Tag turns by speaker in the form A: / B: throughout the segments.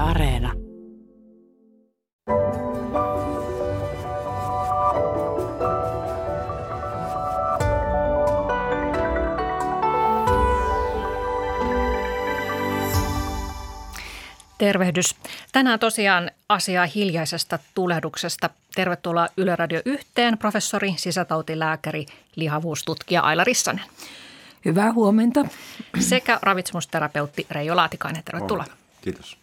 A: Areena.
B: Tervehdys. Tänään tosiaan asiaa hiljaisesta tulehduksesta. Tervetuloa Yle Radio 1, professori, sisätautilääkäri, lihavuustutkija Aila Rissanen.
C: Hyvää huomenta.
B: Sekä ravitsemusterapeutti Reijo Laatikainen. Tervetuloa.
D: Kiitos.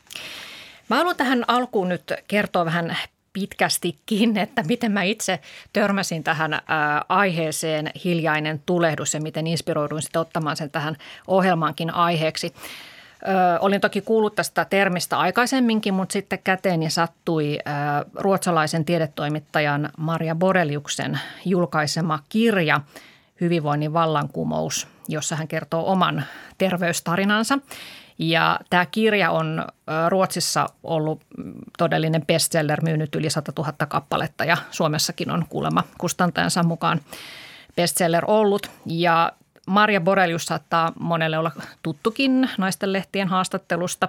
B: Mä haluan tähän alkuun nyt kertoa vähän pitkästikin, että miten mä itse törmäsin tähän aiheeseen hiljainen tulehdus ja miten inspiroiduin sitten ottamaan sen tähän ohjelmaankin aiheeksi. Olin toki kuullut tästä termistä aikaisemminkin, mutta sitten käteeni sattui ruotsalaisen tiedetoimittajan Maria Boreliuksen julkaisema kirja Hyvinvoinnin vallankumous, jossa hän kertoo oman terveystarinansa. Ja tämä kirja on Ruotsissa ollut todellinen bestseller, myynyt yli 100 000 kappaletta ja Suomessakin on kuulemma kustantajansa mukaan bestseller ollut. Ja Maria Borelius saattaa monelle olla tuttukin naistenlehtien haastattelusta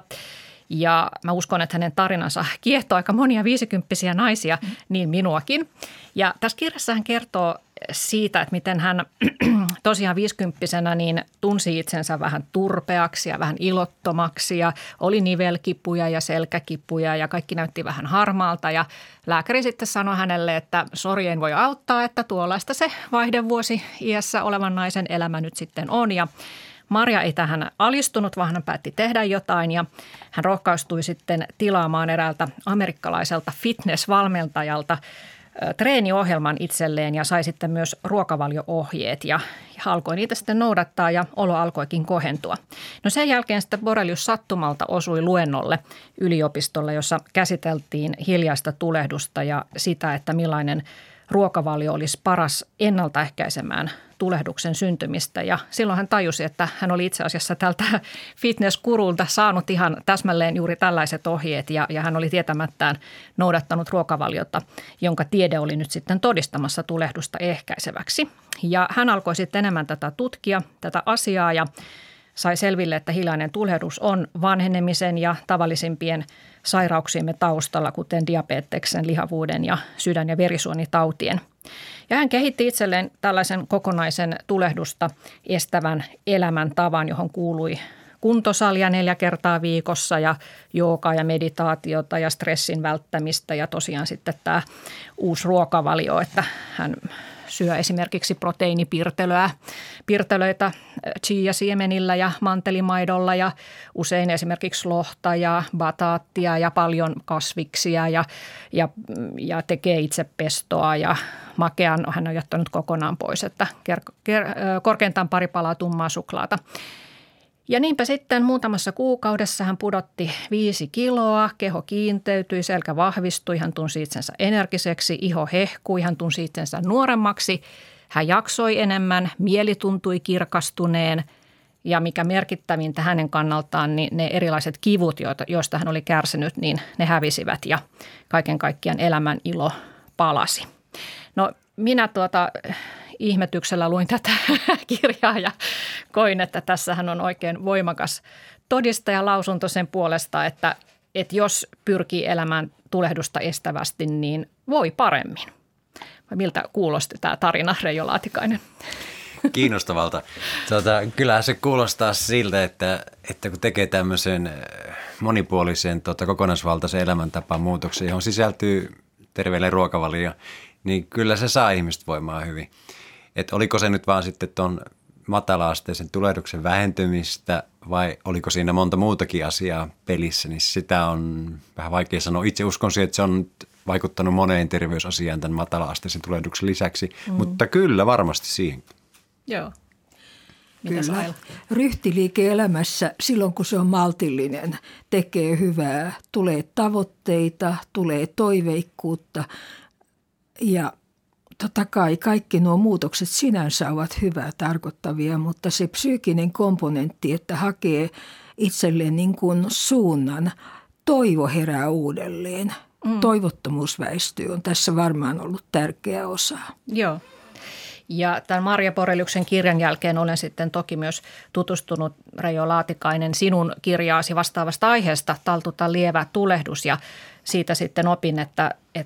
B: ja mä uskon, että hänen tarinansa kiehtoo aika monia 50-vuotiaita naisia, niin minuakin. Ja tässä kirjassa hän kertoo siitä, että miten hän tosiaan 50-vuotiaana niin tunsi itsensä vähän turpeaksi ja vähän ilottomaksi ja oli nivelkipuja ja selkäkipuja ja kaikki näytti vähän harmaalta ja lääkäri sitten sanoi hänelle, että sori, en voi auttaa, että tuollaista se vaihdevuosi iässä olevan naisen elämä nyt sitten on ja Maria ei tähän alistunut, vaan hän päätti tehdä jotain ja hän rohkaistui sitten tilaamaan eräältä amerikkalaiselta fitness-valmentajalta treeniohjelman itselleen ja sai sitten myös ruokavalio-ohjeet ja alkoi niitä sitten noudattaa ja olo alkoikin kohentua. No sen jälkeen sitten Borelius sattumalta osui luennolle yliopistolle, jossa käsiteltiin hiljaista tulehdusta ja sitä, että millainen ruokavalio olisi paras ennaltaehkäisemään tulehduksen syntymistä ja silloin hän tajusi, että hän oli itse asiassa tältä fitnesskurulta saanut ihan täsmälleen juuri tällaiset ohjeet ja hän oli tietämättään noudattanut ruokavaliota, jonka tiede oli nyt sitten todistamassa tulehdusta ehkäiseväksi. Ja hän alkoi sitten enemmän tutkia tätä asiaa ja sai selville, että hiljainen tulehdus on vanhenemisen ja tavallisimpien sairauksiemme taustalla, kuten diabeteksen, lihavuuden ja sydän- ja verisuonitautien. Ja hän kehitti itselleen tällaisen kokonaisen tulehdusta estävän elämäntavan, johon kuului kuntosalia 4 kertaa viikossa ja joogaa ja meditaatiota ja stressin välttämistä ja tosiaan sitten tämä uusi ruokavalio, että hän syö esimerkiksi proteiinipirtelöitä chia-siemenillä ja mantelimaidolla ja usein esimerkiksi lohta ja bataattia ja paljon kasviksia ja tekee itse pestoa ja makean hän on jättänyt kokonaan pois, että korkeintaan 2 palaa tummaa suklaata. Ja niinpä sitten muutamassa kuukaudessa hän pudotti 5 kiloa, keho kiinteytyi, selkä vahvistui, hän tunsi itsensä energiseksi, iho hehkui, hän tunsi itsensä nuoremmaksi, hän jaksoi enemmän, mieli tuntui kirkastuneen ja mikä merkittävintä hänen kannaltaan, niin ne erilaiset kivut, joista hän oli kärsinyt, niin ne hävisivät ja kaiken kaikkiaan elämän ilo palasi. No minä ihmetyksellä luin tätä kirjaa ja koin, että tässähän on oikein voimakas todistajalausunto sen puolesta, että jos pyrkii elämään tulehdusta estävästi, niin voi paremmin. Miltä kuulosti tämä tarina, Reijo Laatikainen?
D: Kiinnostavalta. Kyllähän se kuulostaa siltä, että kun tekee tämmöisen monipuolisen kokonaisvaltaisen elämäntapaan muutoksen, johon sisältyy terveelle ruokavalio, niin kyllä se saa ihmistä voimaa hyvin. Että oliko se nyt vaan sitten tuon matala-asteisen tulehduksen vähentymistä vai oliko siinä monta muutakin asiaa pelissä, niin sitä on vähän vaikea sanoa. Itse uskon siihen, että se on vaikuttanut moneen terveysasiaan tämän matala-asteisen tulehduksen lisäksi, mutta kyllä varmasti siihen.
B: Joo.
C: Kyllä. Ryhtiliike elämässä silloin, kun se on maltillinen, tekee hyvää. Tulee tavoitteita, tulee toiveikkuutta ja totta kai kaikki nuo muutokset sinänsä ovat hyvää tarkoittavia, mutta se psyykkinen komponentti, että hakee itselleen niin kuin suunnan, toivo herää uudelleen. Toivottomuus väistyy on tässä varmaan ollut tärkeä osa.
B: Joo. Ja tämän Marja Boreliuksen kirjan jälkeen olen sitten toki myös tutustunut, Reijo Laatikainen, sinun kirjaasi vastaavasta aiheesta, Taltuta lievä tulehdus, ja siitä sitten opin, että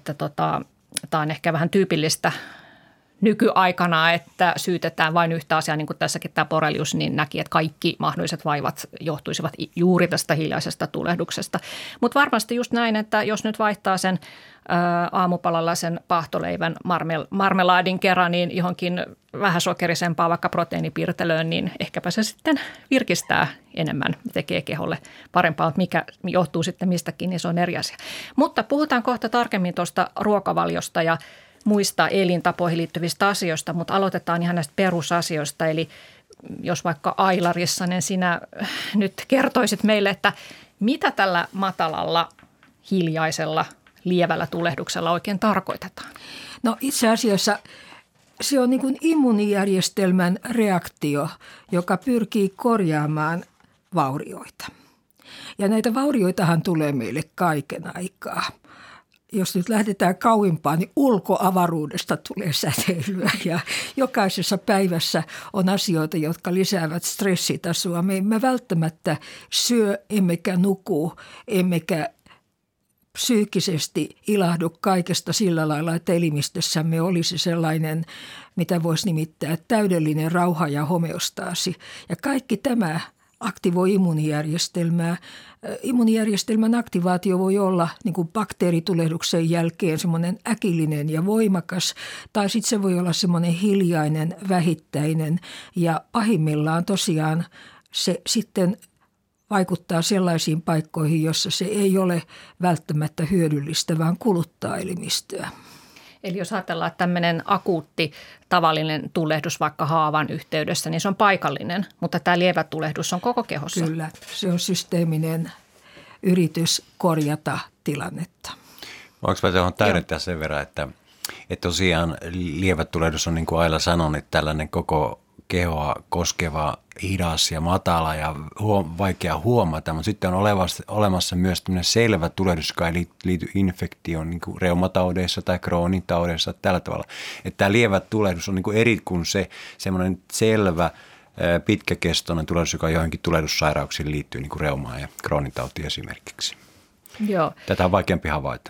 B: tämä on ehkä vähän tyypillistä nykyaikana, että syytetään vain yhtä asiaa, niin kuin tässäkin tämä Borelius niin näki, että kaikki mahdolliset vaivat johtuisivat juuri tästä hiljaisesta tulehduksesta. Mutta varmasti just näin, että jos nyt vaihtaa sen aamupalalla sen paahtoleivän marmelaadin kerran niin johonkin vähän sokerisempaa vaikka proteiinipirtelöön, niin ehkäpä se sitten virkistää enemmän, tekee keholle parempaa, mutta mikä johtuu sitten mistäkin, niin se on eri asia. Mutta puhutaan kohta tarkemmin tuosta ruokavaliosta ja muista elintapoihin liittyvistä asioista, mutta aloitetaan ihan näistä perusasioista. Eli jos vaikka Aila Rissanen, sinä nyt kertoisit meille, että mitä tällä matalalla, hiljaisella, lievällä tulehduksella oikein tarkoitetaan?
C: No itse asiassa se on niin kuin immuunijärjestelmän reaktio, joka pyrkii korjaamaan vaurioita. Ja näitä vaurioitahan tulee meille kaiken aikaa. Jos nyt lähdetään kauimpaan, niin ulkoavaruudesta tulee säteilyä ja jokaisessa päivässä on asioita, jotka lisäävät stressitasoa. Me emme välttämättä syö, emmekä nuku, emmekä psyykkisesti ilahdu kaikesta sillä lailla, että elimistössämme olisi sellainen, mitä voisi nimittää täydellinen rauha ja homeostaasi. Ja kaikki tämä aktivoi immuunijärjestelmää. Immuunijärjestelmän aktivaatio voi olla niin kuin bakteeritulehduksen jälkeen semmoinen äkillinen ja voimakas, tai sitten se voi olla semmoinen hiljainen, vähittäinen, ja pahimmillaan tosiaan se sitten vaikuttaa sellaisiin paikkoihin, jossa se ei ole välttämättä hyödyllistä, vaan kuluttaa elimistöä.
B: Eli jos ajatellaan, että tämmöinen akuutti tavallinen tulehdus vaikka haavan yhteydessä, niin se on paikallinen, mutta tämä lievä tulehdus on koko kehossa.
C: Kyllä, se on systeeminen yritys korjata tilannetta.
D: Voinko mä tuohon täydentää sen verran, että tosiaan lievä tulehdus on niin kuin Aila sanoi, että tällainen koko kehoa koskeva, hidas ja matala ja vaikea huomata, mutta sitten on olemassa myös tämmöinen selvä tulehdus, joka ei liity infektioon niin kuin reumataudeissa tai kroonitaudeissa tällä tavalla. Että tämä lievä tulehdus on niin kuin eri kuin se semmoinen selvä, pitkäkestoinen tulehdus, joka johonkin tulehdussairauksiin liittyy, niin kuin reumaan ja kroonitautiin esimerkiksi.
B: Joo.
D: Tätä on vaikeampi havaita.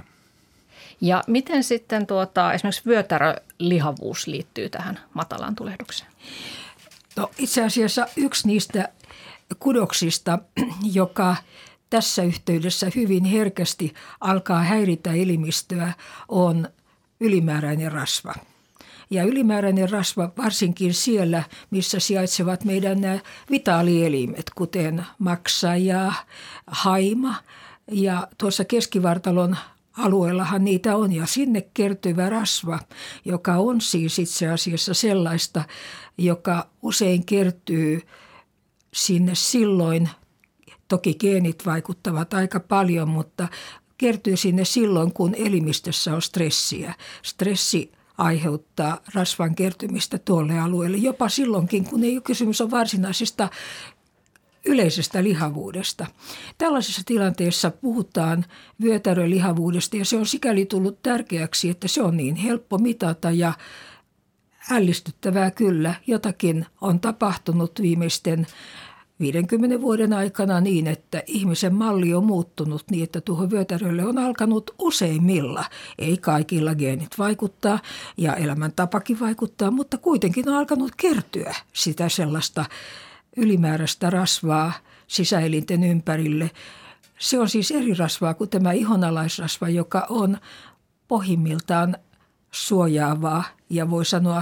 B: Ja miten sitten esimerkiksi vyötärölihavuus liittyy tähän matalaan tulehdukseen?
C: No, itse asiassa yksi niistä kudoksista, joka tässä yhteydessä hyvin herkästi alkaa häiritä elimistöä, on ylimääräinen rasva. Ja ylimääräinen rasva varsinkin siellä, missä sijaitsevat meidän nämä vitaalielimet, kuten maksa ja haima. Ja tuossa keskivartalon alueellahan niitä on, ja sinne kertyvä rasva, joka on siis itse asiassa sellaista, joka usein kertyy sinne silloin, toki geenit vaikuttavat aika paljon, mutta kertyy sinne silloin, kun elimistössä on stressiä. Stressi aiheuttaa rasvan kertymistä tuolle alueelle, jopa silloinkin, kun ei ole kysymys on varsinaisesta yleisestä lihavuudesta. Tällaisessa tilanteessa puhutaan vyötärölihavuudesta, ja se on sikäli tullut tärkeäksi, että se on niin helppo mitata ja ällistyttävää kyllä. Jotakin on tapahtunut viimeisten 50 vuoden aikana niin, että ihmisen malli on muuttunut niin, että tuohon vyötärölle on alkanut useimmilla. Ei kaikilla geenit vaikuttaa ja elämäntapakin vaikuttaa, mutta kuitenkin on alkanut kertyä sitä sellaista ylimääräistä rasvaa sisäelinten ympärille. Se on siis eri rasvaa kuin tämä ihonalaisrasva, joka on pohjimmiltaan suojaavaa ja voi sanoa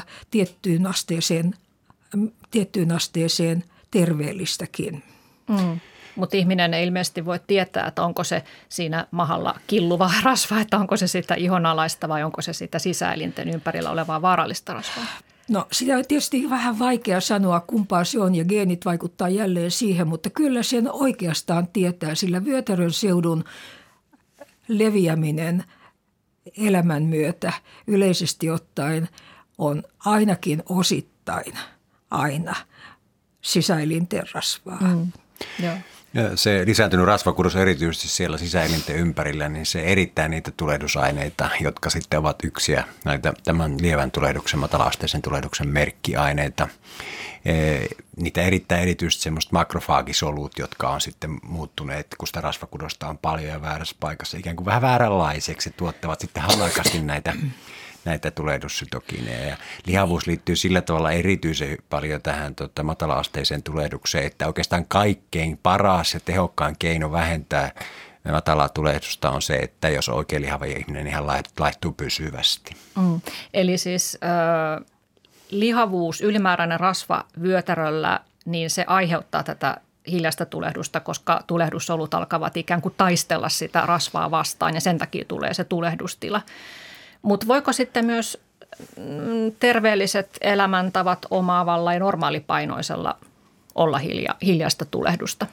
C: tiettyyn asteeseen terveellistäkin.
B: Mutta ihminen ei ilmeisesti voi tietää, että onko se siinä mahalla killuva rasva, että onko se sitä ihonalaista vai onko se sitä sisäelinten ympärillä olevaa vaarallista rasvaa.
C: No sitä on tietysti vähän vaikea sanoa, kumpaa se on, ja geenit vaikuttaa jälleen siihen, mutta kyllä sen oikeastaan tietää, sillä vyötärön seudun leviäminen elämän myötä yleisesti ottaen on ainakin osittain aina sisäelinten rasvaa.
B: Joo.
D: Ja se lisääntynyt rasvakudos erityisesti siellä sisäelinten ympärillä, niin se erittää niitä tulehdusaineita, jotka sitten ovat yksiä näitä tämän lievän tulehduksen, matala-asteisen tulehduksen merkkiaineita. Niitä erittää erityisesti semmoiset makrofaagisolut, jotka on sitten muuttuneet, kun sitä rasvakudosta on paljon ja väärässä paikassa, ikään kuin vähän vääränlaiseksi, tuottavat sitten hanakasti näitä tulehdussytokineja. Ja lihavuus liittyy sillä tavalla erityisen paljon tähän matala-asteiseen tulehdukseen, että oikeastaan kaikkein paras ja tehokkain keino vähentää matalaa tulehdusta on se, että jos on oikein lihava ihminen, niin hän laittuu pysyvästi.
B: Eli siis lihavuus, ylimääräinen rasva vyötäröllä, niin se aiheuttaa tätä hiljaista tulehdusta, koska tulehdussolut alkavat ikään kuin taistella sitä rasvaa vastaan ja sen takia tulee se tulehdustila. Mutta voiko sitten myös terveelliset elämäntavat omaavalla ja normaalipainoisella olla hiljaista tulehdusta?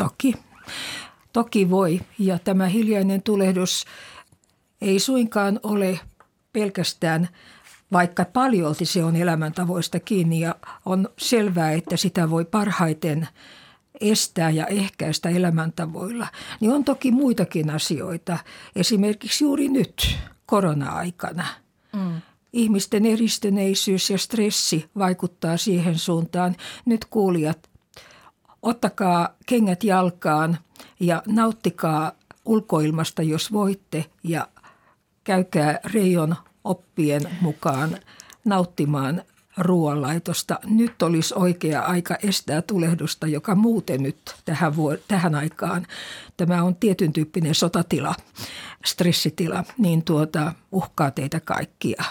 C: Toki voi. Ja tämä hiljainen tulehdus ei suinkaan ole pelkästään, vaikka paljolti se on elämäntavoista kiinni ja on selvää, että sitä voi parhaiten estää ja ehkäistä elämäntavoilla, niin on toki muitakin asioita. Esimerkiksi juuri nyt korona-aikana. Ihmisten eristyneisyys ja stressi vaikuttaa siihen suuntaan. Nyt kuulijat, ottakaa kengät jalkaan ja nauttikaa ulkoilmasta, jos voitte, ja käykää Reijon oppien mukaan nauttimaan ruoanlaitosta. Nyt olisi oikea aika estää tulehdusta, joka muuten nyt tähän aikaan, tämä on tietyn tyyppinen sotatila, stressitila, niin uhkaa teitä kaikkia.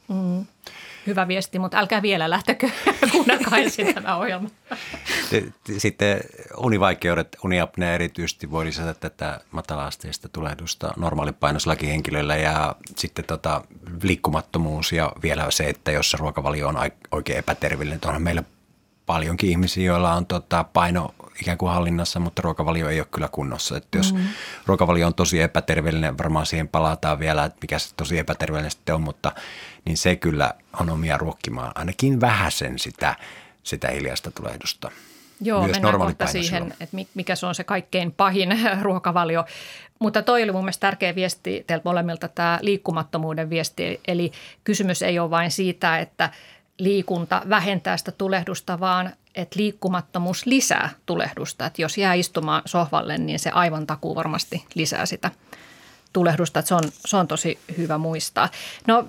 B: Hyvä viesti, mutta älkää vielä lähtekö kuunnelkaa ensin tämä ohjelma.
D: Sitten univaikeudet, uniapnea erityisesti voi lisätä tätä matala-asteista tulehdusta normaalipainoisellakin henkilöllä ja sitten liikkumattomuus ja vielä se, että jos se ruokavalio on oikein epäterveellinen, onhan meillä paljonkin ihmisiä, joilla on paino ikään kuin hallinnassa, mutta ruokavalio ei ole kyllä kunnossa. Että jos ruokavalio on tosi epäterveellinen, varmaan siihen palataan vielä, että mikä se tosi epäterveellinen sitten on, mutta niin se kyllä on omia ruokkimaan ainakin vähäsen sitä hiljaista tulehdusta.
B: Joo,
D: myös
B: mennään kohta siihen, että mikä se on se kaikkein pahin ruokavalio. Mutta toi oli mun mielestä tärkeä viesti teiltä molemmilta, tämä liikkumattomuuden viesti. Eli kysymys ei ole vain siitä, että liikunta vähentää sitä tulehdusta, vaan että liikkumattomuus lisää tulehdusta. Että jos jää istumaan sohvalle, niin se aivan takuu varmasti lisää sitä tulehdusta. Että se on tosi hyvä muistaa. No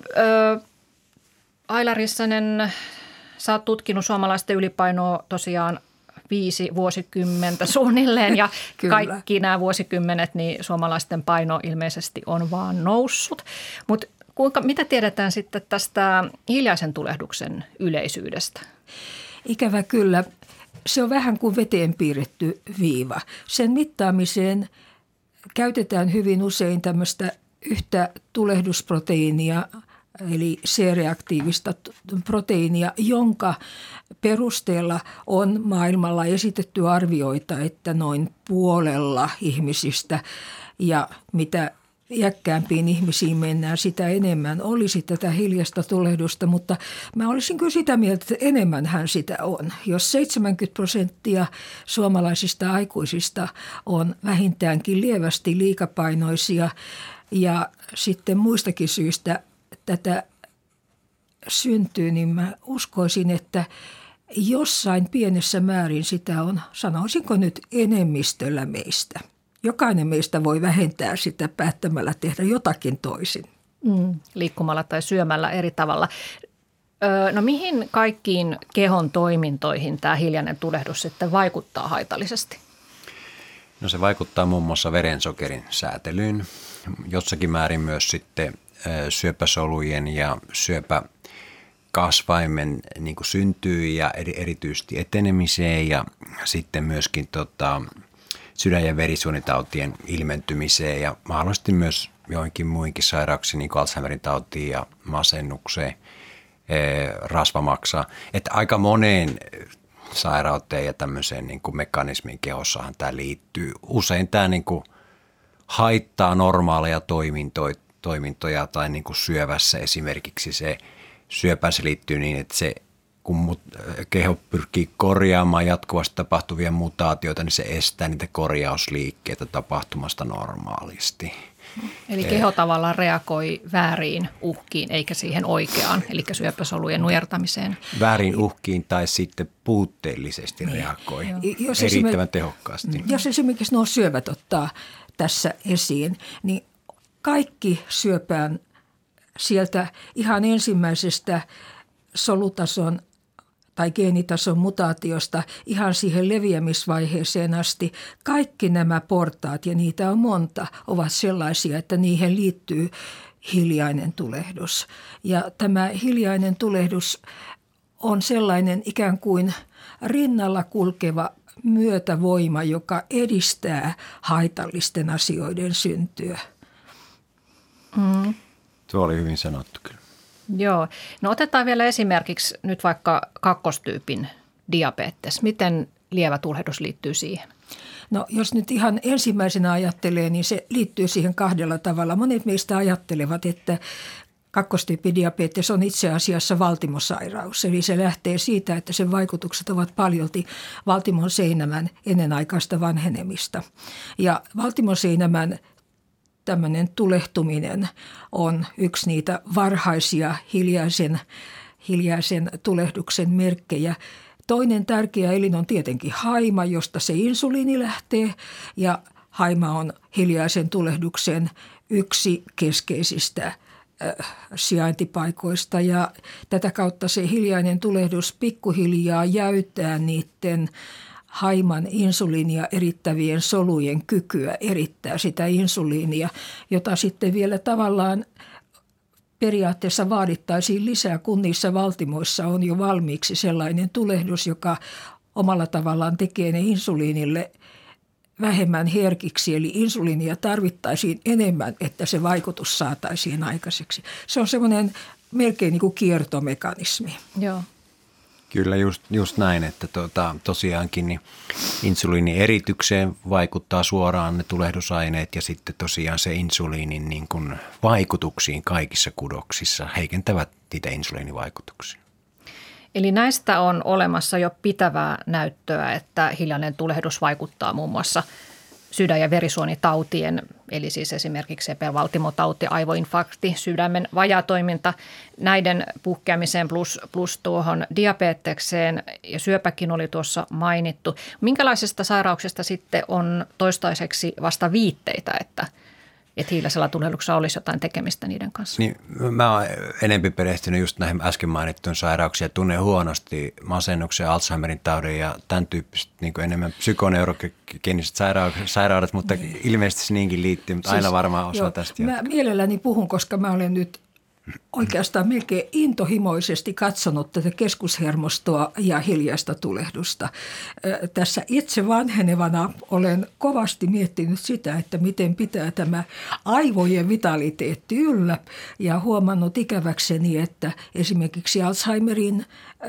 B: Aila Rissanen, sä oot tutkinut suomalaisten ylipainoa tosiaan 5 vuosikymmentä suunnilleen ja kaikki nämä vuosikymmenet, niin suomalaisten paino ilmeisesti on vaan noussut. Mutta mitä tiedetään sitten tästä hiljaisen tulehduksen yleisyydestä?
C: Ikävä kyllä. Se on vähän kuin veteen piirretty viiva. Sen mittaamiseen käytetään hyvin usein tämmöistä yhtä tulehdusproteiinia, eli C-reaktiivista proteiinia, jonka perusteella on maailmalla esitetty arvioita, että noin puolella ihmisistä ja mitä iäkkäämpiin ihmisiin mennään, sitä enemmän olisi tätä hiljaista tulehdusta, mutta mä olisin kyllä sitä mieltä, että enemmänhän sitä on. Jos 70% suomalaisista aikuisista on vähintäänkin lievästi liikapainoisia ja sitten muistakin syistä tätä syntyy, niin mä uskoisin, että jossain pienessä määrin sitä on, sanoisinko nyt, enemmistöllä meistä. Jokainen meistä voi vähentää sitä päättämällä tehdä jotakin toisin.
B: Liikkumalla tai syömällä eri tavalla. No mihin kaikkiin kehon toimintoihin tämä hiljainen tulehdus sitten vaikuttaa haitallisesti?
D: No se vaikuttaa muun muassa verensokerin säätelyyn, jossakin määrin myös sitten syöpäsolujen ja syöpäkasvaimen niin kuin syntyy ja erityisesti etenemiseen ja sitten myöskin sydän- ja verisuonitautien ilmentymiseen ja mahdollisesti myös joihinkin muihinkin sairauksiin, niin kuin Alzheimerin tautiin ja masennukseen, rasvamaksaan. Että aika moneen sairauteen ja tämmöiseen niin kuin mekanismiin kehossahan tämä liittyy. Usein tämä niin kuin haittaa normaaleja toimintoja tai niin kuin syövässä esimerkiksi se syöpään se liittyy niin, että se kun keho pyrkii korjaamaan jatkuvasti tapahtuvia mutaatioita, niin se estää niitä korjausliikkeitä tapahtumasta normaalisti.
B: Eli keho tavallaan reagoi vääriin uhkiin eikä siihen oikeaan, eli syöpäsolujen nujertamiseen.
D: Väärin uhkiin tai sitten puutteellisesti reagoi riittävän tehokkaasti.
C: Jos esimerkiksi nuo syövät ottaa tässä esiin, niin kaikki syöpään sieltä ihan ensimmäisestä solutason tai geenitason mutaatiosta ihan siihen leviämisvaiheeseen asti, kaikki nämä portaat, ja niitä on monta, ovat sellaisia, että niihin liittyy hiljainen tulehdus. Ja tämä hiljainen tulehdus on sellainen ikään kuin rinnalla kulkeva myötävoima, joka edistää haitallisten asioiden syntyä.
D: Tuo oli hyvin sanottu kyllä.
B: Joo. No otetaan vielä esimerkiksi nyt vaikka kakkostyypin diabetes. Miten lievä tulehdus liittyy siihen?
C: No jos nyt ihan ensimmäisenä ajattelee, niin se liittyy siihen kahdella tavalla. Monet meistä ajattelevat, että kakkostyyppidiabetes on itse asiassa valtimosairaus. Eli se lähtee siitä, että sen vaikutukset ovat paljolti valtimon seinämän ennenaikaista vanhenemista. Ja valtimon seinämän tämmöinen tulehtuminen on yksi niitä varhaisia hiljaisen tulehduksen merkkejä. Toinen tärkeä elin on tietenkin haima, josta se insuliini lähtee, ja haima on hiljaisen tulehduksen yksi keskeisistä sijaintipaikoista, ja tätä kautta se hiljainen tulehdus pikkuhiljaa jäytää niiden haiman insuliinia erittävien solujen kykyä erittää sitä insuliinia, jota sitten vielä tavallaan periaatteessa vaadittaisiin lisää, kun niissä valtimoissa on jo valmiiksi sellainen tulehdus, joka omalla tavallaan tekee ne insuliinille vähemmän herkiksi. Eli insuliinia tarvittaisiin enemmän, että se vaikutus saataisiin aikaiseksi. Se on semmoinen melkein niin kuin kiertomekanismi.
B: Joo.
D: Kyllä just näin, että tosiaankin niin insuliinin eritykseen vaikuttaa suoraan ne tulehdusaineet ja sitten tosiaan se insuliinin niin kuin vaikutuksiin kaikissa kudoksissa heikentävät niitä insuliinivaikutuksia.
B: Eli näistä on olemassa jo pitävää näyttöä, että hiljainen tulehdus vaikuttaa muun muassa sydän- ja verisuonitautien, eli siis esimerkiksi sepelvaltimotauti, aivoinfarkti, sydämen vajaatoiminta, näiden puhkeamiseen plus tuohon diabetekseen, ja syöpäkin oli tuossa mainittu. Minkälaisesta sairauksesta sitten on toistaiseksi vasta viitteitä, että hiljaisella tulehduksella olisi jotain tekemistä niiden kanssa?
D: Niin, mä oon enemmän perehtynyt just näihin äsken mainittuun sairauksiin. Tunnen huonosti masennuksen, Alzheimerin taudin ja tämän tyyppiset niin enemmän psykoneurogeeniset sairaudet, mutta ilmeisesti se niinkin liittyy, mutta aina varmaan osaa tästä.
C: Mä mielelläni puhun, koska mä olen nyt oikeastaan melkein intohimoisesti katsonut tätä keskushermostoa ja hiljaista tulehdusta. Tässä itse vanhenevana olen kovasti miettinyt sitä, että miten pitää tämä aivojen vitaliteetti yllä, ja huomannut ikäväkseni, että esimerkiksi Alzheimerin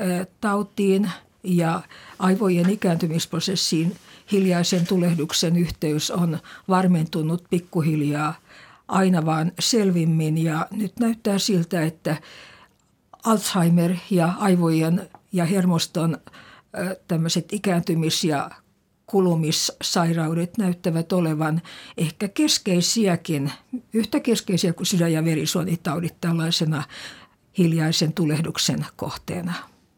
C: tautiin ja aivojen ikääntymisprosessiin hiljaisen tulehduksen yhteys on varmentunut pikkuhiljaa aina vaan selvimmin, ja nyt näyttää siltä, että Alzheimer ja aivojen ja hermoston tämmöiset ikääntymis- ja kulumissairaudet näyttävät olevan ehkä keskeisiäkin, yhtä keskeisiä kuin sydän- ja verisuonitaudit tällaisena hiljaisen tulehduksen kohteena.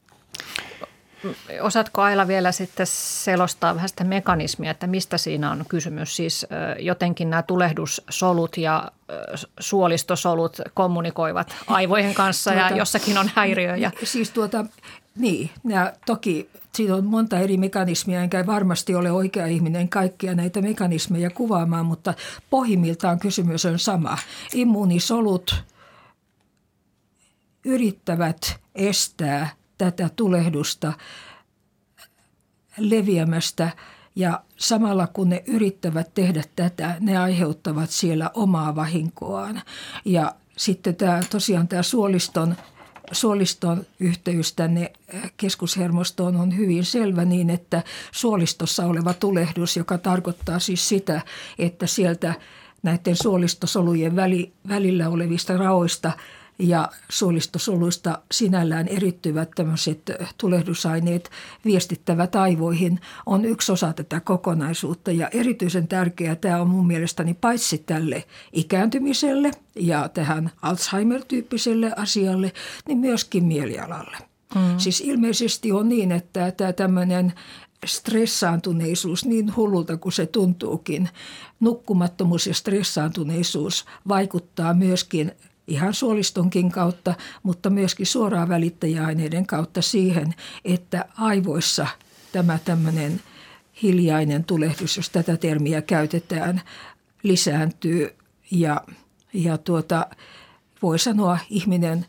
B: Osaatko Aila vielä sitten selostaa vähän sitä mekanismia, että mistä siinä on kysymys? Siis jotenkin nämä tulehdussolut ja suolistosolut kommunikoivat aivojen kanssa ja jossakin on häiriöjä.
C: Siis toki siinä on monta eri mekanismia, enkä varmasti ole oikea ihminen kaikkia näitä mekanismeja kuvaamaan, mutta pohjimmiltaan kysymys on sama. Immuunisolut yrittävät estää tätä tulehdusta leviämästä, ja samalla kun ne yrittävät tehdä tätä, ne aiheuttavat siellä omaa vahinkoaan. Ja sitten tämä suoliston yhteys tänne keskushermostoon on hyvin selvä niin, että suolistossa oleva tulehdus, joka tarkoittaa siis sitä, että sieltä näiden suolistosolujen välillä olevista raoista ja suolistosoluista sinällään erittyvät tämmöiset tulehdusaineet viestittävät aivoihin on yksi osa tätä kokonaisuutta. Ja erityisen tärkeää tämä on mun mielestäni paitsi tälle ikääntymiselle ja tähän Alzheimer-tyyppiselle asialle, niin myöskin mielialalle. Siis ilmeisesti on niin, että tämä tämmöinen stressaantuneisuus, niin hullulta kuin se tuntuukin, nukkumattomuus ja stressaantuneisuus vaikuttaa myöskin ihan suolistonkin kautta, mutta myöskin suoraan välittäjäaineiden kautta siihen, että aivoissa tämä tämmöinen hiljainen tulehdus, jos tätä termiä käytetään, lisääntyy ja voi sanoa ihminen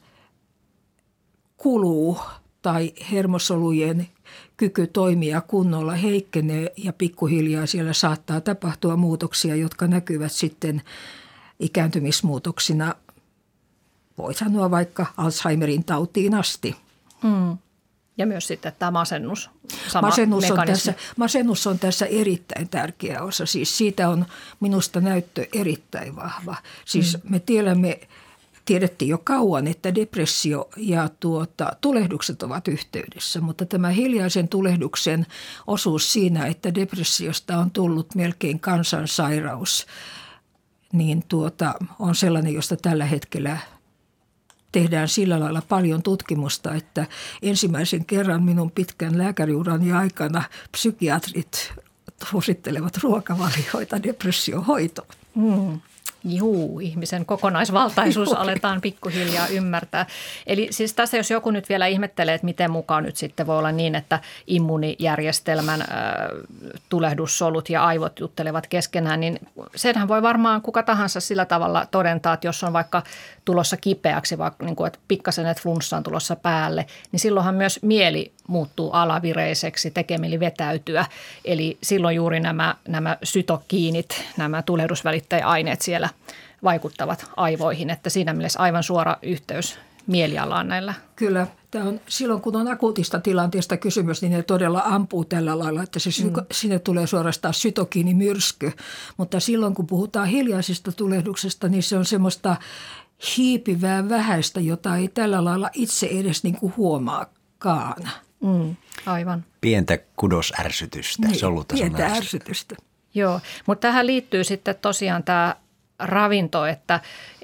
C: kuluu tai hermosolujen kyky toimia kunnolla heikkenee ja pikkuhiljaa siellä saattaa tapahtua muutoksia, jotka näkyvät sitten ikääntymismuutoksina, voi sanoa vaikka Alzheimerin tautiin asti.
B: Ja myös sitten tämä masennus.
C: Masennus on tässä erittäin tärkeä osa. Siis siitä on minusta näyttö erittäin vahva. Siis me tiedettiin jo kauan, että depressio ja tulehdukset ovat yhteydessä, mutta tämä hiljaisen tulehduksen osuus siinä, että depressiosta on tullut melkein kansansairaus, niin on sellainen, josta tällä hetkellä tehdään sillä lailla paljon tutkimusta, että ensimmäisen kerran minun pitkän lääkäriurani aikana psykiatrit suosittelevat ruokavalioita depressiohoitoon.
B: Juu, ihmisen kokonaisvaltaisuus aletaan pikkuhiljaa ymmärtää. Eli siis tässä jos joku nyt vielä ihmettelee, että miten mukaan nyt sitten voi olla niin, että immuunijärjestelmän tulehdussolut ja aivot juttelevat keskenään, niin senhän voi varmaan kuka tahansa sillä tavalla todentaa, että jos on vaikka tulossa kipeäksi, vaikka niin kuin, että pikkasen, että flunssa on tulossa päälle, niin silloinhan myös mieli muuttuu alavireiseksi, tekee mieli vetäytyä. Eli silloin juuri nämä sytokiinit, nämä tulehdusvälittäjäaineet siellä vaikuttavat aivoihin, että siinä mielessä aivan suora yhteys mielialaan näillä.
C: Kyllä. Tämä on, silloin kun on akuutista tilanteesta kysymys, niin ne todella ampuu tällä lailla, että sinne tulee suorastaan sytokiinimyrsky. Mutta silloin kun puhutaan hiljaisesta tulehduksesta, niin se on semmoista hiipivää vähäistä, jota ei tällä lailla itse edes niin kuin huomaakaan.
B: Aivan.
D: Pientä kudosärsytystä, niin, solutason
C: pientä ärsytystä.
B: Joo, mutta tähän liittyy sitten tosiaan tämä ravinto, että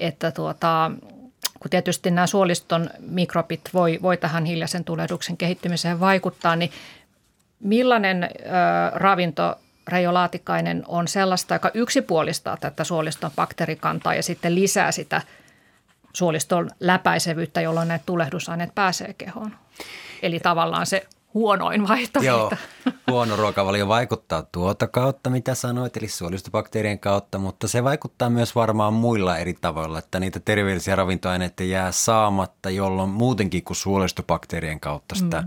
B: kun tietysti nämä suoliston mikrobit voi tähän hiljaisen tulehduksen kehittymiseen vaikuttaa, niin millainen ravinto, Reijo Laatikainen, on sellaista, joka yksipuolistaa tätä suoliston bakteerikantaa ja sitten lisää sitä suoliston läpäisevyyttä, jolloin näitä tulehdusaineet pääsee kehoon? Eli tavallaan se huonoin vaihtoehto.
D: Joo, huono ruokavalio vaikuttaa tuota kautta, mitä sanoit, eli suolistobakteerien kautta, mutta se vaikuttaa myös varmaan muilla eri tavoilla, että niitä terveellisiä ravintoaineita jää saamatta, jolloin muutenkin kuin suolistobakteerien kautta sitä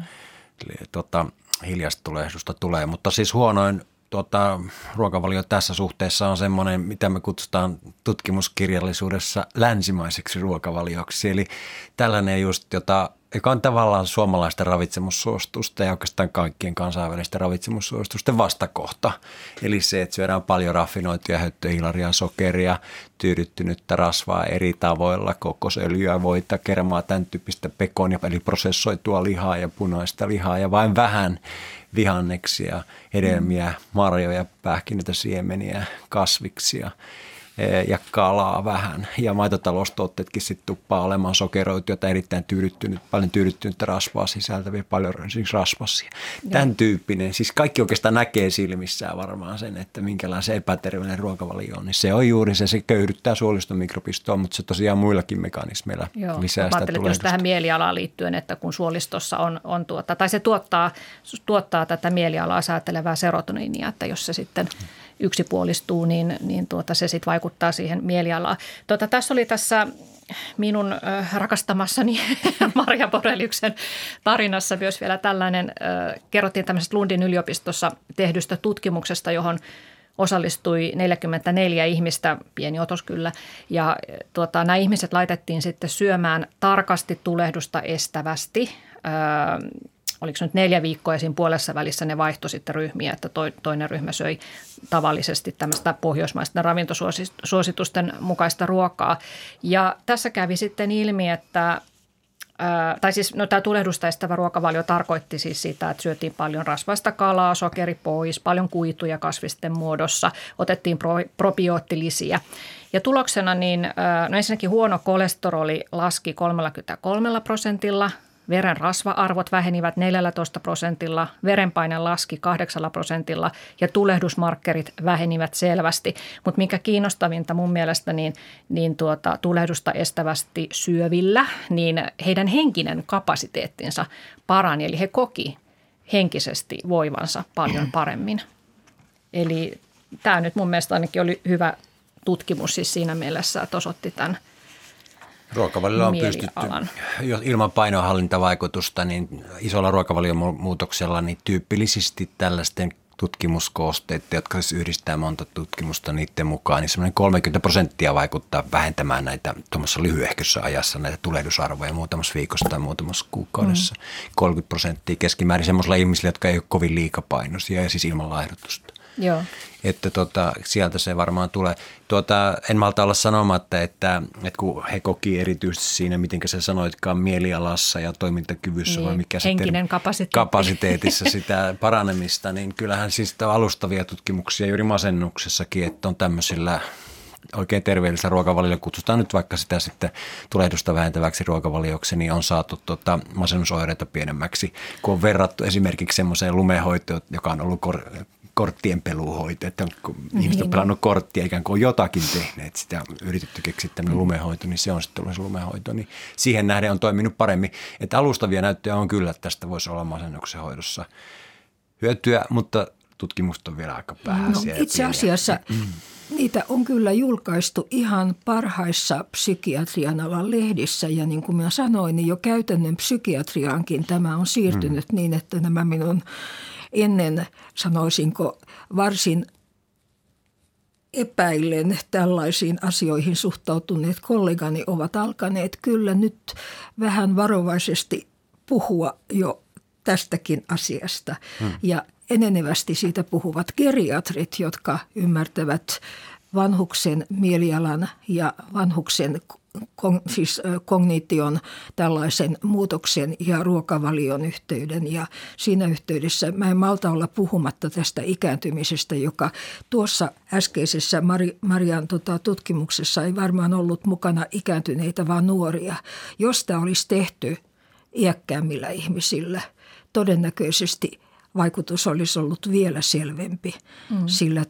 D: hiljaista tulehdusta tulee. Mutta siis huonoin ruokavalio tässä suhteessa on semmoinen, mitä me kutsutaan tutkimuskirjallisuudessa länsimaiseksi ruokavalioksi, eli tällainen just, joka on tavallaan suomalaisten ravitsemussuositusta ja oikeastaan kaikkien kansainvälisten ravitsemussuositusten vastakohta. Eli se, että syödään paljon raffinoituja höttöhilaria, sokeria, tyydyttynyttä rasvaa eri tavoilla, kokosöljyä, voita, kermaa, tämän tyyppistä pekonia, eli prosessoitua lihaa ja punaista lihaa ja vain vähän vihanneksia, hedelmiä, marjoja, pähkinöitä, siemeniä, kasviksia ja kalaa vähän. Ja maitotaloustuotteetkin sitten tuppaa olemaan sokeroituja tai erittäin paljon tyydyttynyttä rasvaa sisältäviä, paljon siis rasvasia. Tämän tyyppinen, siis kaikki oikeastaan näkee silmissään varmaan sen, että minkälainen se epäterveellinen ruokavalio on. Niin se on juuri se köyhdyttää suoliston mikrobistoa, mutta se tosiaan muillakin mekanismeilla lisää sitä tulehdusta.
B: Just tähän mielialaan liittyen, että kun suolistossa on tai se tuottaa tätä mielialaa säätelevää serotoniinia, että jos se sitten yksipuolistuu, niin se sitten vaikuttaa siihen mielialaan. Tässä oli tässä minun rakastamassani Marja Boreliuksen tarinassa myös vielä tällainen, kerrottiin tämmöisestä Lundin yliopistossa tehdystä tutkimuksesta, johon osallistui 44 ihmistä, pieni otos kyllä, ja nämä ihmiset laitettiin sitten syömään tarkasti tulehdusta estävästi oliko se nyt 4 viikkoa ja siinä puolessa välissä ne vaihtoi sitten ryhmiä, että toinen ryhmä söi tavallisesti tämmöistä pohjoismaisten ravintosuositusten mukaista ruokaa. Ja tässä kävi sitten ilmi, että tämä tulehdusta estävä ruokavalio tarkoitti siis sitä, että syötiin paljon rasvaista kalaa, sokeri pois, paljon kuituja kasvisten muodossa, otettiin probioottilisiä. Ja tuloksena ensinnäkin huono kolesteroli laski 33%, veren rasva-arvot vähenivät 14%, verenpaine laski 8% ja tulehdusmarkkerit vähenivät selvästi. Mutta mikä kiinnostavinta mun mielestä, tulehdusta estävästi syövillä, niin heidän henkinen kapasiteettinsa parani, eli he koki henkisesti voivansa paljon paremmin. Eli tämä nyt mun mielestä ainakin oli hyvä tutkimus siis siinä mielessä, että osoitti tämän
D: ruokavaliolla on pystytty, ilman painonhallintavaikutusta, niin isolla ruokavaliomuutoksella niin tyypillisesti tällaisten tutkimuskoosteiden, jotka siis yhdistää monta tutkimusta niiden mukaan, niin semmoinen 30% vaikuttaa vähentämään näitä tuommoisessa lyhyehkössä ajassa näitä tulehdusarvoja muutamassa viikossa tai muutamassa kuukaudessa. 30% keskimäärin semmoisilla ihmisillä, jotka ei ole kovin liikapainoisia ja siis ilman laihdutusta.
B: Joo.
D: Että sieltä se varmaan tulee. En malta olla sanomatta, että kun he koki erityisesti siinä, miten sä sanoitkaan, mielialassa ja toimintakyvyssä niin, vai mikä
B: henkinen
D: kapasiteetissa sitä paranemista, niin kyllähän siis alustavia tutkimuksia juuri masennuksessakin, että on tämmöisillä oikein terveellisellä ruokavaliolla, kutsutaan nyt vaikka sitä sitten tulehdusta vähentäväksi ruokavalioksi, niin on saatu masennusoireita pienemmäksi, kun on verrattu esimerkiksi semmoiseen lumehoitoon, joka on ollut korttien peluhoito, että kun ihmiset on pelannut korttia, ikään kuin on jotakin tehneet, sitä on yritetty keksiä tämmöinen lumehoito, niin se on sitten ollut se lumehoito, niin siihen nähden on toiminut paremmin. Että alustavia näyttöjä on kyllä, että tästä voisi olla masennuksen hoidossa hyötyä, mutta tutkimusta on vielä aika vähäisiä.
C: No, itse asiassa niitä on kyllä julkaistu ihan parhaissa psykiatrian alan lehdissä ja niin kuin minä sanoin, niin jo käytännön psykiatriaankin tämä on siirtynyt niin, että nämä minun ennen, sanoisinko, varsin epäillen tällaisiin asioihin suhtautuneet kollegani ovat alkaneet kyllä nyt vähän varovaisesti puhua jo tästäkin asiasta. Ja enenevästi siitä puhuvat geriatrit, jotka ymmärtävät vanhuksen mielialan ja vanhuksen kognition tällaisen muutoksen ja ruokavalion yhteyden. Ja siinä yhteydessä mä en malta olla puhumatta tästä ikääntymisestä, joka tuossa äskeisessä Marian tutkimuksessa ei varmaan ollut mukana ikääntyneitä, vaan nuoria. Jos tämä olisi tehty iäkkäämmillä ihmisillä, todennäköisesti vaikutus olisi ollut vielä selvempi, sillä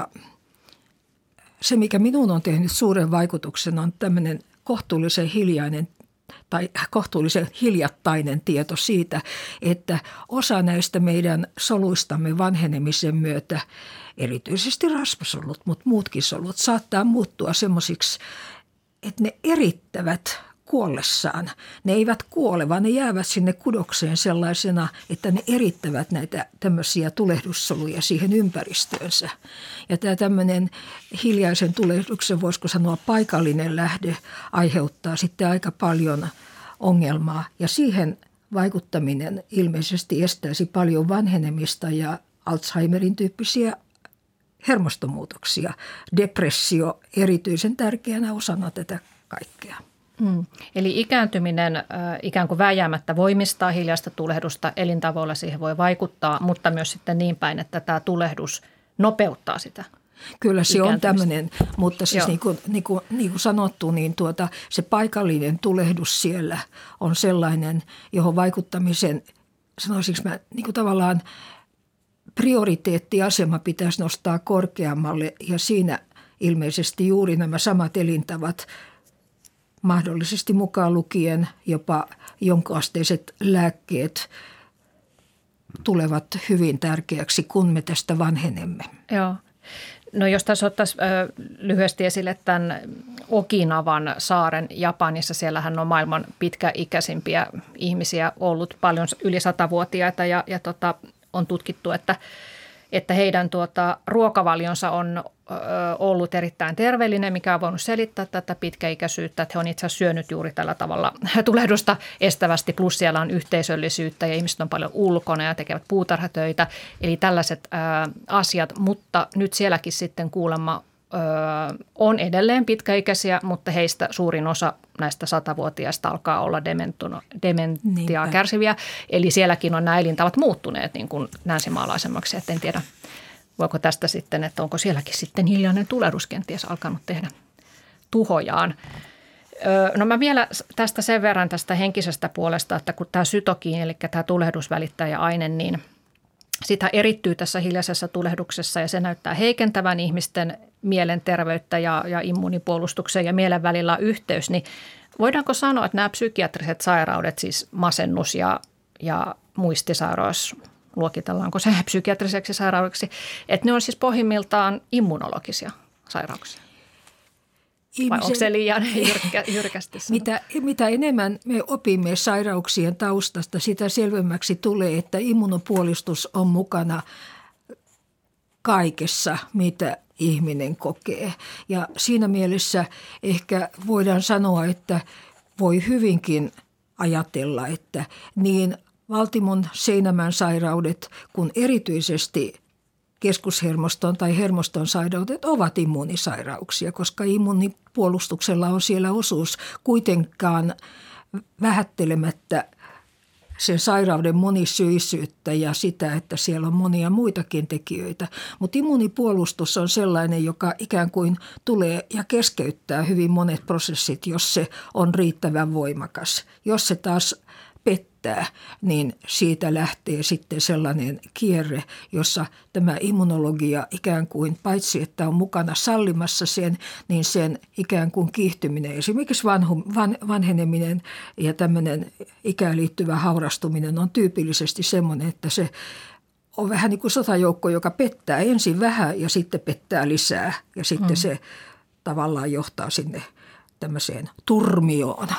C: se, mikä minuun on tehnyt suuren vaikutuksen, on tämmöinen kohtuullisen hiljainen tai kohtuullisen hiljattainen tieto siitä, että osa näistä meidän soluistamme vanhenemisen myötä, erityisesti rasvasolut, mutta muutkin solut, saattaa muuttua semmoisiksi, että ne erittävät kuollessaan. Ne eivät kuole, vaan ne jäävät sinne kudokseen sellaisena, että ne erittävät näitä tämmöisiä tulehdussoluja siihen ympäristöönsä. Ja tämä tämmöinen hiljaisen tulehduksen, voisiko sanoa paikallinen lähde, aiheuttaa sitten aika paljon ongelmaa. Ja siihen vaikuttaminen ilmeisesti estäisi paljon vanhenemista ja Alzheimerin tyyppisiä hermostomuutoksia. Depressio erityisen tärkeänä osana tätä kaikkea.
B: Eli ikääntyminen ikään kuin vääjäämättä voimistaa hiljaista tulehdusta, elintavoilla siihen voi vaikuttaa, mutta myös sitten niin päin, että tämä tulehdus nopeuttaa sitä.
C: Kyllä se on tämmöinen, mutta siis niin kuin sanottu, niin se paikallinen tulehdus siellä on sellainen, johon vaikuttamisen, sanoisinko mä, niin kuin tavallaan prioriteettiasema pitäisi nostaa korkeammalle ja siinä ilmeisesti juuri nämä samat elintavat, mahdollisesti mukaan lukien jopa jonkunasteiset lääkkeet tulevat hyvin tärkeäksi, kun me tästä vanhenemme.
B: Joo. No jos tässä ottaisiin lyhyesti esille tämän Okinawan saaren Japanissa, siellähän on maailman pitkäikäisimpiä ihmisiä ollut, paljon yli 100-vuotiaita ja on tutkittu, että heidän ruokavalionsa on ollut erittäin terveellinen, mikä on voinut selittää tätä pitkäikäisyyttä, että he on itse asiassa syönyt juuri tällä tavalla tulehdusta estävästi, plus siellä on yhteisöllisyyttä ja ihmiset on paljon ulkona ja tekevät puutarhatöitä, eli tällaiset asiat, mutta nyt sielläkin sitten kuulemma on edelleen pitkäikäisiä, mutta heistä suurin osa näistä 100-vuotiaista alkaa olla dementiaa kärsiviä. Eli sielläkin on nämä elintavat muuttuneet niin kuin länsimaalaisemmaksi. Et en tiedä, voiko tästä sitten, että onko sielläkin sitten hiljainen tulehdus kenties alkanut tehdä tuhojaan. No mä vielä tästä sen verran tästä henkisestä puolesta, että kun tämä sytokiini, eli tämä tulehdusvälittäjäaine, niin sitä erittyy tässä hiljaisessa tulehduksessa ja se näyttää heikentävän ihmisten mielenterveyttä ja immuunipuolustuksen ja mielen välillä on yhteys. Niin voidaanko sanoa, että nämä psykiatriset sairaudet, siis masennus ja muistisairaus, luokitellaanko se psykiatriseksi sairaudeksi, että ne on siis pohjimmiltaan immunologisia sairauksia? Vai onko se liian jyrkästi sanottu?
C: Mitä enemmän me opimme sairauksien taustasta, sitä selvemmäksi tulee, että immunopuolustus on mukana kaikessa, mitä ihminen kokee. Ja siinä mielessä ehkä voidaan sanoa, että voi hyvinkin ajatella, että niin Valtimon Seinämän sairaudet kuin erityisesti keskushermoston tai hermoston sairaudet ovat immuunisairauksia, koska immuunipuolustuksella on siellä osuus kuitenkaan vähättelemättä sen sairauden monisyisyyttä ja sitä, että siellä on monia muitakin tekijöitä. Mutta immuunipuolustus on sellainen, joka ikään kuin tulee ja keskeyttää hyvin monet prosessit, jos se on riittävän voimakas. Jos se taas pettää, niin siitä lähtee sitten sellainen kierre, jossa tämä immunologia ikään kuin paitsi, että on mukana sallimassa sen, niin sen ikään kuin kiihtyminen, esimerkiksi vanheneminen ja tämmöinen ikään liittyvä haurastuminen on tyypillisesti semmoinen, että se on vähän niin kuin sotajoukko, joka pettää ensin vähän ja sitten pettää lisää ja sitten se tavallaan johtaa sinne tämmöiseen turmioon.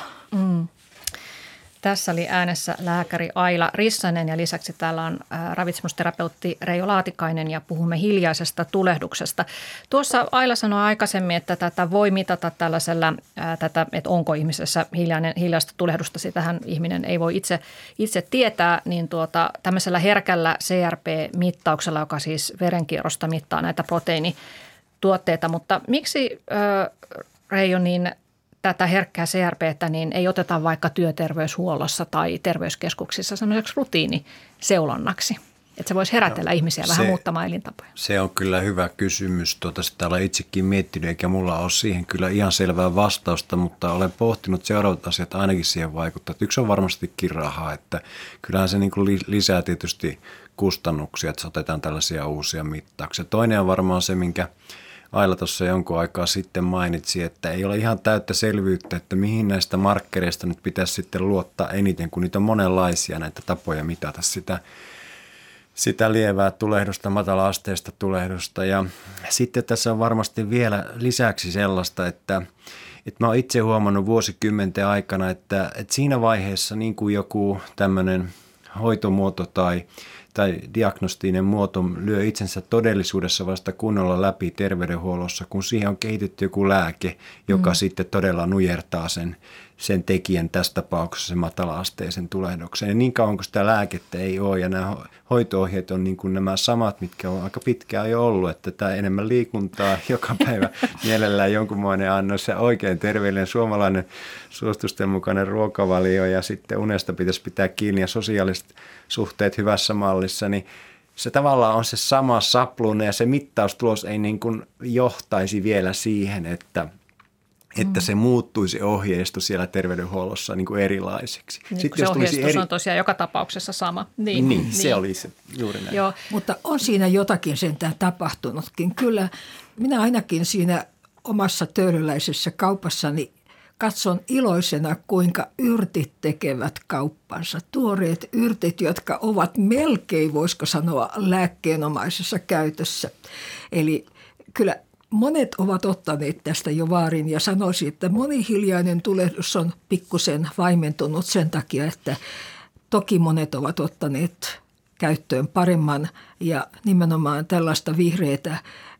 B: Tässä oli äänessä lääkäri Aila Rissanen ja lisäksi täällä on ravitsemusterapeutti Reijo Laatikainen ja puhumme hiljaisesta tulehduksesta. Tuossa Aila sanoi aikaisemmin, että tätä voi mitata tällaisella, että onko ihmisessä hiljaista tulehdusta, sitähän ihminen ei voi itse tietää, niin tämmöisellä herkällä CRP-mittauksella, joka siis verenkierrosta mittaa näitä proteiinituotteita, mutta miksi Reijo niin tätä herkkää CRP:tä niin ei oteta vaikka työterveyshuollossa tai terveyskeskuksissa semmoiseksi rutiiniseulonnaksi, että se voisi herätellä ihmisiä vähän muuttamaan elintapoja? Se
D: on kyllä hyvä kysymys. Sitä olen itsekin miettinyt, eikä mulla ole siihen kyllä ihan selvää vastausta, mutta olen pohtinut seuraavat asiat ainakin siihen vaikuttaa. Yksi on varmastikin rahaa, että kyllähän se niin kuin lisää tietysti kustannuksia, että otetaan tällaisia uusia mittauksia. Toinen on varmaan se, minkä Aila tuossa jonkun aikaa sitten mainitsi, että ei ole ihan täyttä selvyyttä, että mihin näistä markkereista nyt pitäisi sitten luottaa eniten, kun niitä on monenlaisia näitä tapoja mitata sitä lievää tulehdusta, matala-asteista tulehdusta. Ja sitten tässä on varmasti vielä lisäksi sellaista, että mä oon itse huomannut vuosikymmenten aikana, että siinä vaiheessa niin kuin joku tämmöinen hoitomuoto tai diagnostinen muoto lyö itsensä todellisuudessa vasta kunnolla läpi terveydenhuollossa, kun siihen on kehitetty joku lääke, joka sitten todella nujertaa sen tekijän, tässä tapauksessa sen matala-asteisen tulehduksen. Ja niin kauan kuin sitä lääkettä ei ole ja nämä hoito-ohjeet on niin kuin nämä samat, mitkä on aika pitkään jo ollut, että tämä enemmän liikuntaa joka päivä mielellään jonkunmoinen annos ja oikein terveellinen suomalainen suositusten mukainen ruokavalio ja sitten unesta pitäisi pitää kiinni ja sosiaaliset suhteet hyvässä mallissa, niin se tavallaan on se sama sapluuna ja se mittaustulos ei niin kuin johtaisi vielä siihen, että se muuttuisi ohjeisto siellä terveydenhuollossa niin kuin erilaiseksi.
B: Niin, sitten, se ohjeistus on tosiaan joka tapauksessa sama.
D: Niin. Se oli se juuri näin.
C: Joo. Mutta on siinä jotakin sentään tapahtunutkin. Kyllä minä ainakin siinä omassa töölöläisessä kaupassani katson iloisena, kuinka yrtit tekevät kauppansa. Tuoreet yrtit, jotka ovat melkein, voisiko sanoa, lääkkeenomaisessa käytössä. Eli kyllä monet ovat ottaneet tästä jo vaarin ja sanoisin, että moni hiljainen tulehdus on pikkusen vaimentunut sen takia, että toki monet ovat ottaneet käyttöön paremman ja nimenomaan tällaista vihreätä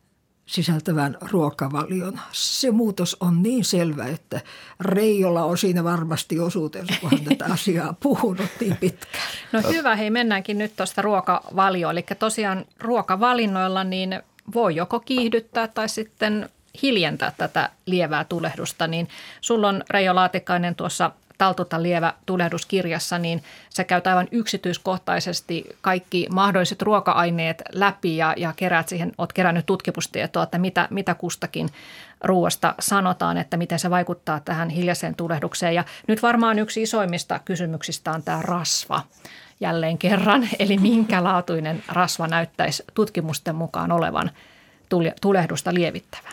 C: sisältävän ruokavalion. Se muutos on niin selvä, että Reijola on siinä varmasti osuutensa, kun hän tätä asiaa puhunut niin pitkään.
B: No hyvä, hei mennäänkin nyt tuosta ruokavalioon. Eli tosiaan ruokavalinnoilla niin voi joko kiihdyttää tai sitten hiljentää tätä lievää tulehdusta. Niin sulla on Reijo Laatikainen tuossa Taltuta lievä tulehduskirjassa, niin sä käyt aivan yksityiskohtaisesti kaikki mahdolliset ruoka-aineet läpi ja oot kerännyt tutkimustietoa, että mitä kustakin ruoasta sanotaan, että miten se vaikuttaa tähän hiljaiseen tulehdukseen. Ja nyt varmaan yksi isoimmista kysymyksistä on tämä rasva jälleen kerran, eli minkälaatuinen rasva näyttäisi tutkimusten mukaan olevan tulehdusta lievittävää.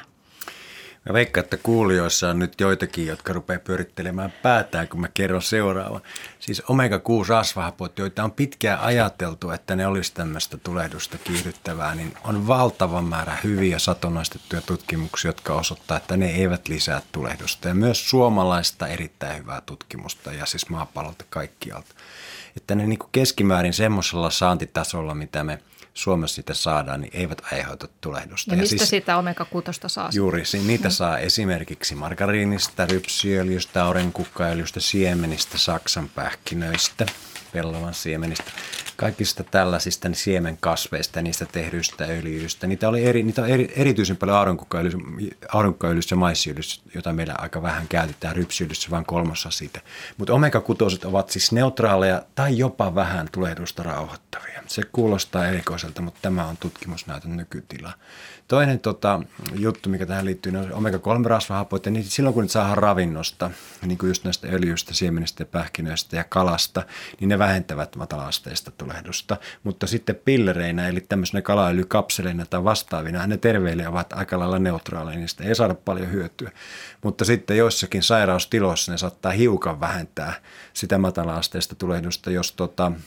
D: Mä veikkaan, että kuulijoissa on nyt joitakin, jotka rupeaa pyörittelemään päätään, kun mä kerron seuraava. Siis omega-6-rasvahapot, joita on pitkään ajateltu, että ne olisi tämmöistä tulehdusta kiihdyttävää, niin on valtava määrä hyviä satunnaistettuja tutkimuksia, jotka osoittaa, että ne eivät lisää tulehdusta. Ja myös suomalaista erittäin hyvää tutkimusta ja siis maapallolta kaikkialta. Että ne niin kuin keskimäärin semmoisella saantitasolla, mitä me Suomessa sitä saadaan, niin eivät aiheuta tulehdusta.
B: Ja mistä sitä omega-6 saa?
D: Juuri, niitä saa esimerkiksi margariinista, rypsiöljystä, aurinkokukkaiöljystä, siemenistä, saksanpähkinöistä, pellavan siemenistä, kaikista tällaisista siemenkasveista ja niistä tehdyistä öljyistä. Niitä on erityisen paljon aurinkokukkaiöljyssä ja maissiöljyssä, jota meillä aika vähän käytetään, rypsiöljyssä vain 1/3 siitä. Mutta omega-6 ovat siis neutraaleja tai jopa vähän tulehdusta rauhoittavia. Se kuulostaa erikoiselta, mutta tämä on tutkimusnäytön nykytila. Toinen juttu, mikä tähän liittyy, on omega-3-rasvahapot, ja silloin kun niitä saadaan ravinnosta, niin kuin just näistä öljyistä, siemenistä, pähkinöistä ja kalasta, niin ne vähentävät matala-asteista tulehdusta. Mutta sitten pillereinä, eli tämmöisenä kalaöljykapseleina tai vastaavina, ne terveille ovat aika lailla neutraaleja, niistä ei saada paljon hyötyä. Mutta sitten joissakin sairaustiloissa ne saattaa hiukan vähentää sitä matala-asteista tulehdusta, jos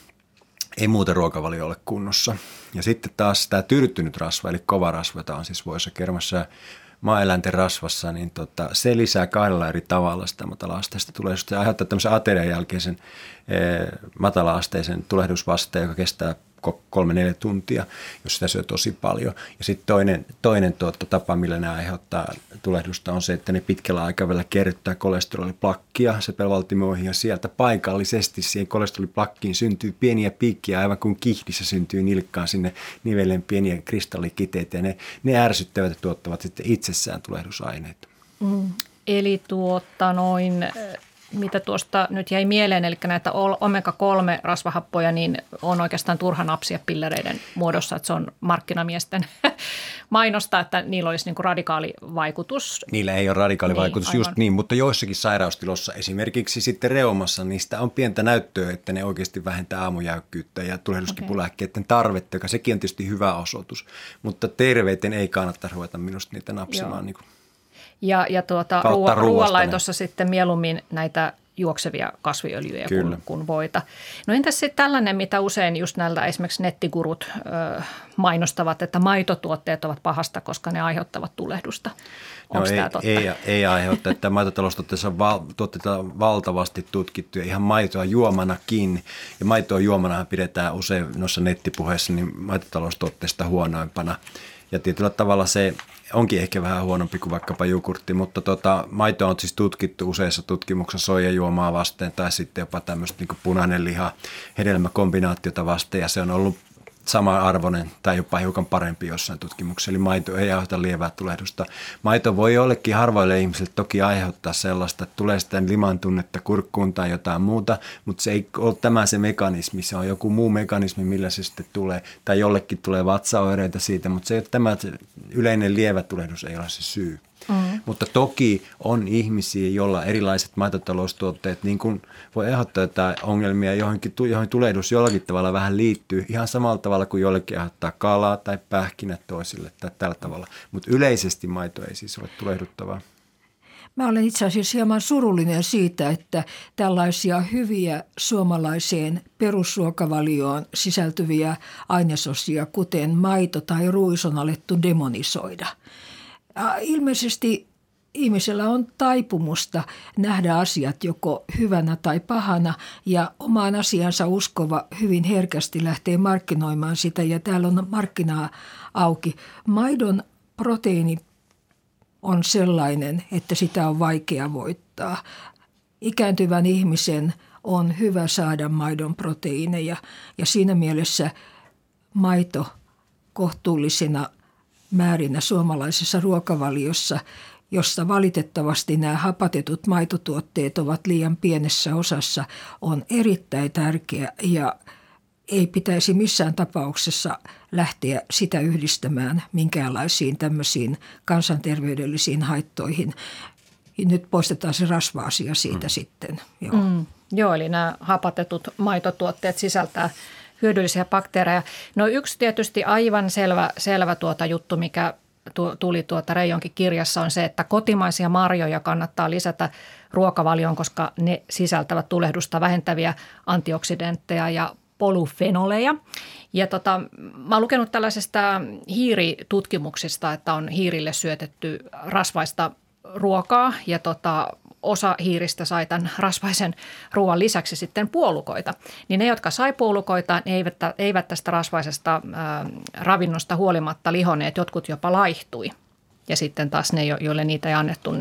D: ei muuten ruokavalio ole kunnossa. Ja sitten taas tämä tyrtynyt rasva, eli kova rasva, jota on siis voissa, kermassa ja maa-eläinten rasvassa, niin se lisää 2 eri tavalla sitä matala-asteista tulehdusta. Se aiheuttaa tämmöisen aterian jälkeisen matala-asteisen tulehdusvasteen, joka kestää 3-4 tuntia, jos sitä syö tosi paljon. Ja sitten toinen tapa, millä ne aiheuttaa tulehdusta, on se, että ne pitkällä aikavälillä kerryttää kolesteroliplakkia sepelvaltimoihin, ja sieltä paikallisesti siihen kolesteroliplakkiin syntyy pieniä piikkiä, aivan kuin kihdissä syntyy nilkkaan sinne niveleen pieniä kristallikiteitä, ja ne ärsyttävät ja tuottavat sitten itsessään tulehdusaineita.
B: Eli mitä tuosta nyt jäi mieleen, eli näitä omega-3-rasvahappoja, niin on oikeastaan turha napsia pillereiden muodossa, että se on markkinamiesten mainosta, että niillä olisi niin kuin radikaali vaikutus.
D: Niillä ei ole radikaali vaikutus, just niin, mutta joissakin sairaustilossa, esimerkiksi sitten reumassa, niistä on pientä näyttöä, että ne oikeasti vähentää aamujäykkyyttä ja tulehduskipulääkkeiden tarvetta, joka sekin on tietysti hyvä osoitus, mutta terveiten ei kannata ruveta minusta niitä napsimaan niin kuin.
B: Ja ruoanlaitossa sitten mieluummin näitä juoksevia kasviöljyjä kuin voita. No entäs sitten tällainen, mitä usein just näiltä esimerkiksi nettigurut mainostavat, että maitotuotteet ovat pahasta, koska ne aiheuttavat tulehdusta. Onko tämä totta?
D: Ei aiheuta, että maitotaloustuotteissa on tuotteita valtavasti tutkittu ja ihan maitoa juomanakin. Ja maitoa juomanahan pidetään usein noissa nettipuheissa niin maitotaloustuotteista huonoimpana. Ja tietyllä tavalla se onkin ehkä vähän huonompi kuin vaikkapa jogurtti, mutta maito on siis tutkittu useissa tutkimuksissa soijajuomaa vasten tai sitten jopa tämmöistä niin kuin punainen liha hedelmäkombinaatiota vasten, ja se on ollut sama-arvoinen tai jopa hiukan parempi jossain tutkimuksessa. Eli maito ei aiheuta lievää tulehdusta. Maito voi jollekin harvoille ihmisille toki aiheuttaa sellaista, että tulee sitä liman tunnetta kurkkuun tai jotain muuta, mutta se ei ole tämä se mekanismi. Se on joku muu mekanismi, millä se sitten tulee. Tai jollekin tulee vatsaoireita siitä, mutta se ei ole tämä yleinen lievä tulehdus, ei ole se syy. Mutta toki on ihmisiä, joilla erilaiset maitotaloustuotteet niin kuin voi aiheuttaa jotain ongelmia, johon tulehdus jollakin tavalla vähän liittyy. Ihan samalla tavalla kuin jollekin aiheuttaa kalaa tai pähkinät toisille tai tällä tavalla. Mutta yleisesti maito ei siis ole tulehduttavaa.
C: Mä olen itse asiassa hieman surullinen siitä, että tällaisia hyviä suomalaiseen perusruokavalioon sisältyviä ainesosia, kuten maito tai ruis, on alettu demonisoida. Ilmeisesti ihmisellä on taipumusta nähdä asiat joko hyvänä tai pahana, ja omaan asiansa uskova hyvin herkästi lähtee markkinoimaan sitä, ja täällä on markkinaa auki. Maidon proteiini on sellainen, että sitä on vaikea voittaa. Ikääntyvän ihmisen on hyvä saada maidon proteiineja ja siinä mielessä maito kohtuullisina määrinä suomalaisessa ruokavaliossa, jossa valitettavasti nämä hapatetut maitotuotteet ovat liian pienessä osassa, on erittäin tärkeä ja ei pitäisi missään tapauksessa lähteä sitä yhdistämään minkäänlaisiin tämmöisiin kansanterveydellisiin haittoihin. Nyt poistetaan se rasva-asia siitä sitten. Joo.
B: Joo, eli nämä hapatetut maitotuotteet sisältää hyödyllisiä bakteereja. No yksi tietysti aivan selvä juttu, mikä tuli Reijonkin kirjassa, on se, että kotimaisia marjoja kannattaa lisätä ruokavalioon, koska ne sisältävät tulehdusta vähentäviä antioksidentteja ja polyfenoleja. Ja mä oon lukenut tällaisesta hiiritutkimuksista, että on hiirille syötetty rasvaista ruokaa ja osa hiiristä sai tämän rasvaisen ruoan lisäksi sitten puolukoita. Niin ne, jotka sai puolukoita, eivät tästä rasvaisesta ravinnosta huolimatta lihoneet, jotkut jopa laihtui. Ja sitten taas ne, joille niitä ei annettu,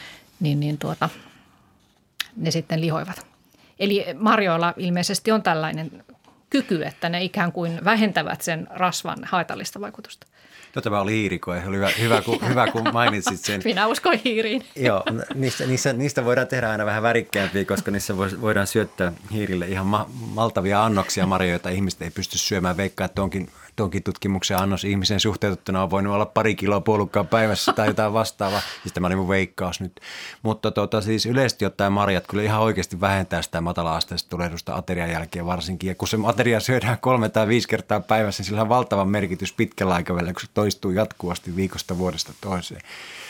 B: ne sitten lihoivat. Eli marjoilla ilmeisesti on tällainen kyky, että ne ikään kuin vähentävät sen rasvan haitallista vaikutusta.
D: Tämä oli hiirikoe. Oli hyvä, kun mainitsit sen.
B: Minä uskon hiiriin.
D: Joo, niistä voidaan tehdä aina vähän värikkäämpiä, koska niissä voidaan syöttää hiirille ihan maltavia annoksia marjoja, joita ihmiset ei pysty syömään. Veikkaa, että tuonkin tutkimuksen annos ihmisen suhteutettuna on voinut olla 2 kiloa puolukkaa päivässä tai jotain vastaavaa. Siis tämä oli mun veikkaus nyt. Mutta siis yleisesti ottaen marjat kyllä ihan oikeasti vähentää sitä matala-asteista tulehdusta aterian jälkeen varsinkin. Ja kun se ateria syödään 3 tai 5 kertaa päivässä, niin sillä on valtava merkitys pitkällä aikavälillä, kun se toistuu jatkuvasti viikosta vuodesta toiseen.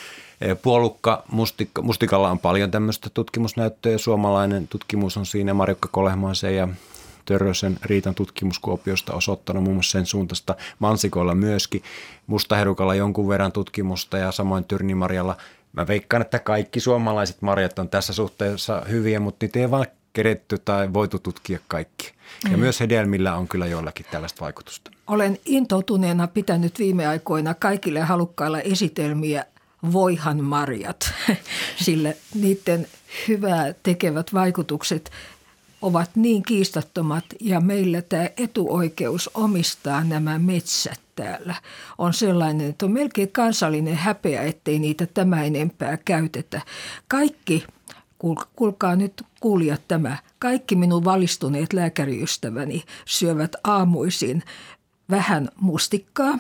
D: Puolukka, mustikalla on paljon tämmöistä tutkimusnäyttöä. Suomalainen tutkimus on siinä Marjukka Kolehmaisen ja Törrösen Riitan tutkimuskuopiosta osoittanut muun muassa sen suuntaista. Mansikoilla myöskin, mustaherukalla jonkun verran tutkimusta ja samoin tyrnimarjalla. Mä veikkaan, että kaikki suomalaiset marjat on tässä suhteessa hyviä, mutta niitä ei vaan keretty tai voitu tutkia kaikki. Ja myös hedelmillä on kyllä joillakin tällaista vaikutusta.
C: Olen intoutuneena pitänyt viime aikoina kaikille halukkailla esitelmiä voihan marjat, sillä niiden hyvää tekevät vaikutukset ovat niin kiistattomat ja meillä tämä etuoikeus omistaa nämä metsät täällä on sellainen, että on melkein kansallinen häpeä, ettei niitä tämä enempää käytetä. Kaikki, kuulkaa nyt kuulijat tämä, kaikki minun valistuneet lääkäriystäväni syövät aamuisin vähän mustikkaa.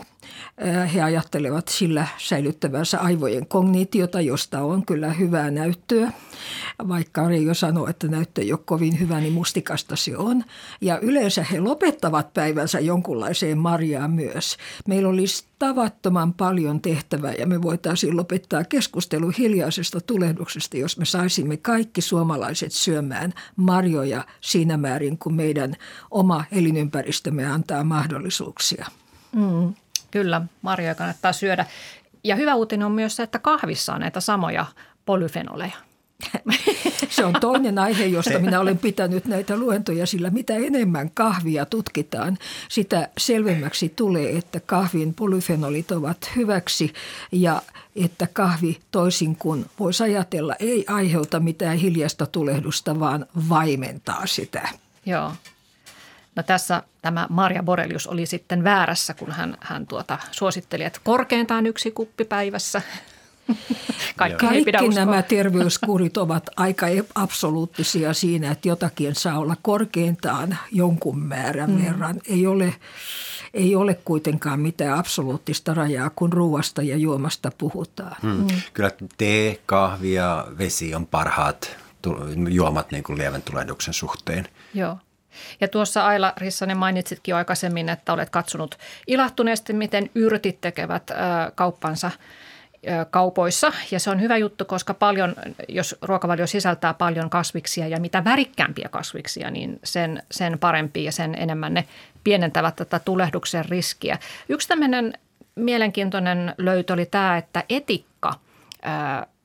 C: He ajattelevat sillä säilyttävänsä aivojen kognitiota, josta on kyllä hyvää näyttöä. Vaikka Reijo sanoo, että näyttö ei ole kovin hyvä, niin mustikasta se on. Ja yleensä he lopettavat päivänsä jonkunlaiseen marjaan myös. Meillä olisi tavattoman paljon tehtävää ja me voitaisiin lopettaa keskustelu hiljaisesta tulehduksesta, jos me saisimme kaikki suomalaiset syömään marjoja siinä määrin, kun meidän oma elinympäristömme antaa mahdollisuuksia.
B: Kyllä, marjoja kannattaa syödä. Ja hyvä uutinen on myös se, että kahvissa on näitä samoja polyfenoleja.
C: Se on toinen aihe, josta minä olen pitänyt näitä luentoja, sillä mitä enemmän kahvia tutkitaan, sitä selvemmäksi tulee, että kahvin polyfenolit ovat hyväksi ja että kahvi toisin kuin voisi ajatella ei aiheuta mitään hiljaista tulehdusta, vaan vaimentaa sitä.
B: Joo. No tässä tämä Marja Borelius oli sitten väärässä, kun hän suositteli, että korkeintaan 1 kuppi päivässä.
C: Kaikki nämä terveyskurit ovat aika absoluuttisia siinä, että jotakin saa olla korkeintaan jonkun määrän verran. Ei ole kuitenkaan mitään absoluuttista rajaa, kun ruoasta ja juomasta puhutaan.
D: Kyllä tee, kahvi ja vesi on parhaat juomat niin kuin lievän tulehduksen suhteen.
B: Joo. Ja tuossa Aila Rissanen mainitsitkin jo aikaisemmin, että olet katsonut ilahtuneesti, miten yrtit tekevät kauppansa kaupoissa. Ja se on hyvä juttu, koska jos ruokavalio sisältää paljon kasviksia ja mitä värikkäämpiä kasviksia, niin sen parempi ja sen enemmän ne pienentävät tätä tulehduksen riskiä. Yksi tämmöinen mielenkiintoinen löytö oli tämä, että etikka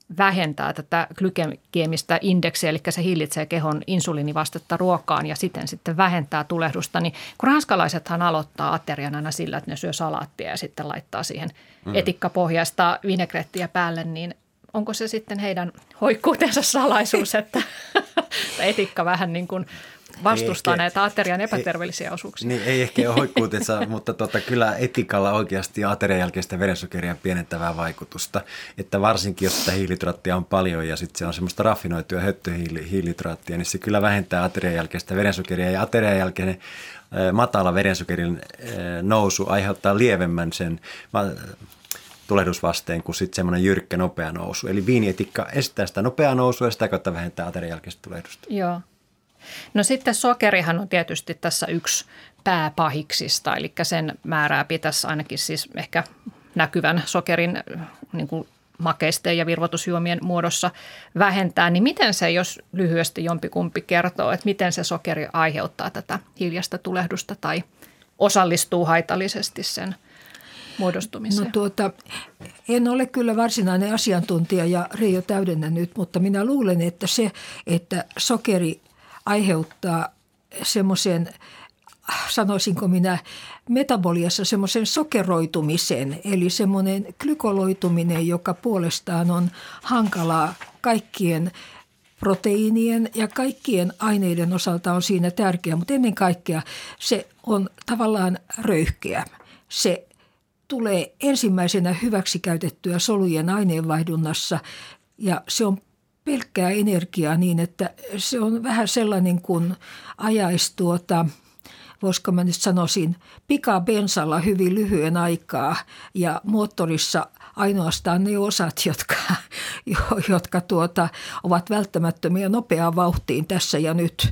B: vähentää tätä glykeemistä indeksiä, eli se hillitsee kehon insuliinivastetta ruokaan ja sitten vähentää tulehdusta. Niin kun ranskalaisethan aloittaa aterian aina sillä, että ne syö salaattia ja sitten laittaa siihen etikkapohjaista vinegrettiä päälle, niin onko se sitten heidän hoikkuutensa salaisuus, että etikka vähän niin kuin vastustaa näitä aterian epäterveellisiä osuuksia?
D: Niin, ei ehkä ole hoikkuutensa, mutta kyllä etikalla oikeasti aterian jälkeistä verensokeria pienentävää vaikutusta. Että varsinkin, jos sitä hiilihydraattia on paljon ja sitten se on semmoista raffinoitua höttöhiilihydraattia, niin se kyllä vähentää aterian jälkeistä verensokeria. Ja aterian jälkeinen matala verensokerin nousu aiheuttaa lievemmän sen tulehdusvasteen kuin sitten semmoinen jyrkkä nopea nousu. Eli viinietikka estää sitä nopeaa nousua ja sitä kautta vähentää aterian jälkeistä tulehdusta.
B: Joo. No sitten sokerihan on tietysti tässä yksi pääpahiksista, eli sen määrää pitäisi ainakin siis ehkä näkyvän sokerin niin kuin makeisten ja virvoitusjuomien muodossa vähentää. Niin miten se, jos lyhyesti jompikumpi kertoo, että miten se sokeri aiheuttaa tätä hiljaista tulehdusta tai osallistuu haitallisesti sen muodostumiseen?
C: No en ole kyllä varsinainen asiantuntija ja Reijo täydennä nyt, mutta minä luulen, että se, että sokeri aiheuttaa semmoisen, sanoisinko minä, metaboliassa semmoisen sokeroitumisen, eli semmoinen glykoloituminen, joka puolestaan on hankalaa kaikkien proteiinien ja kaikkien aineiden osalta on siinä tärkeä, mutta ennen kaikkea se on tavallaan röyhkeä. Se tulee ensimmäisenä hyväksikäytettyä solujen aineenvaihdunnassa ja se on pelkkää energiaa niin, että se on vähän sellainen kuin ajaisi voisiko mä nyt sanoisin, pikabensalla hyvin lyhyen aikaa ja moottorissa ainoastaan ne osat, jotka ovat välttämättömiä nopeaan vauhtiin tässä ja nyt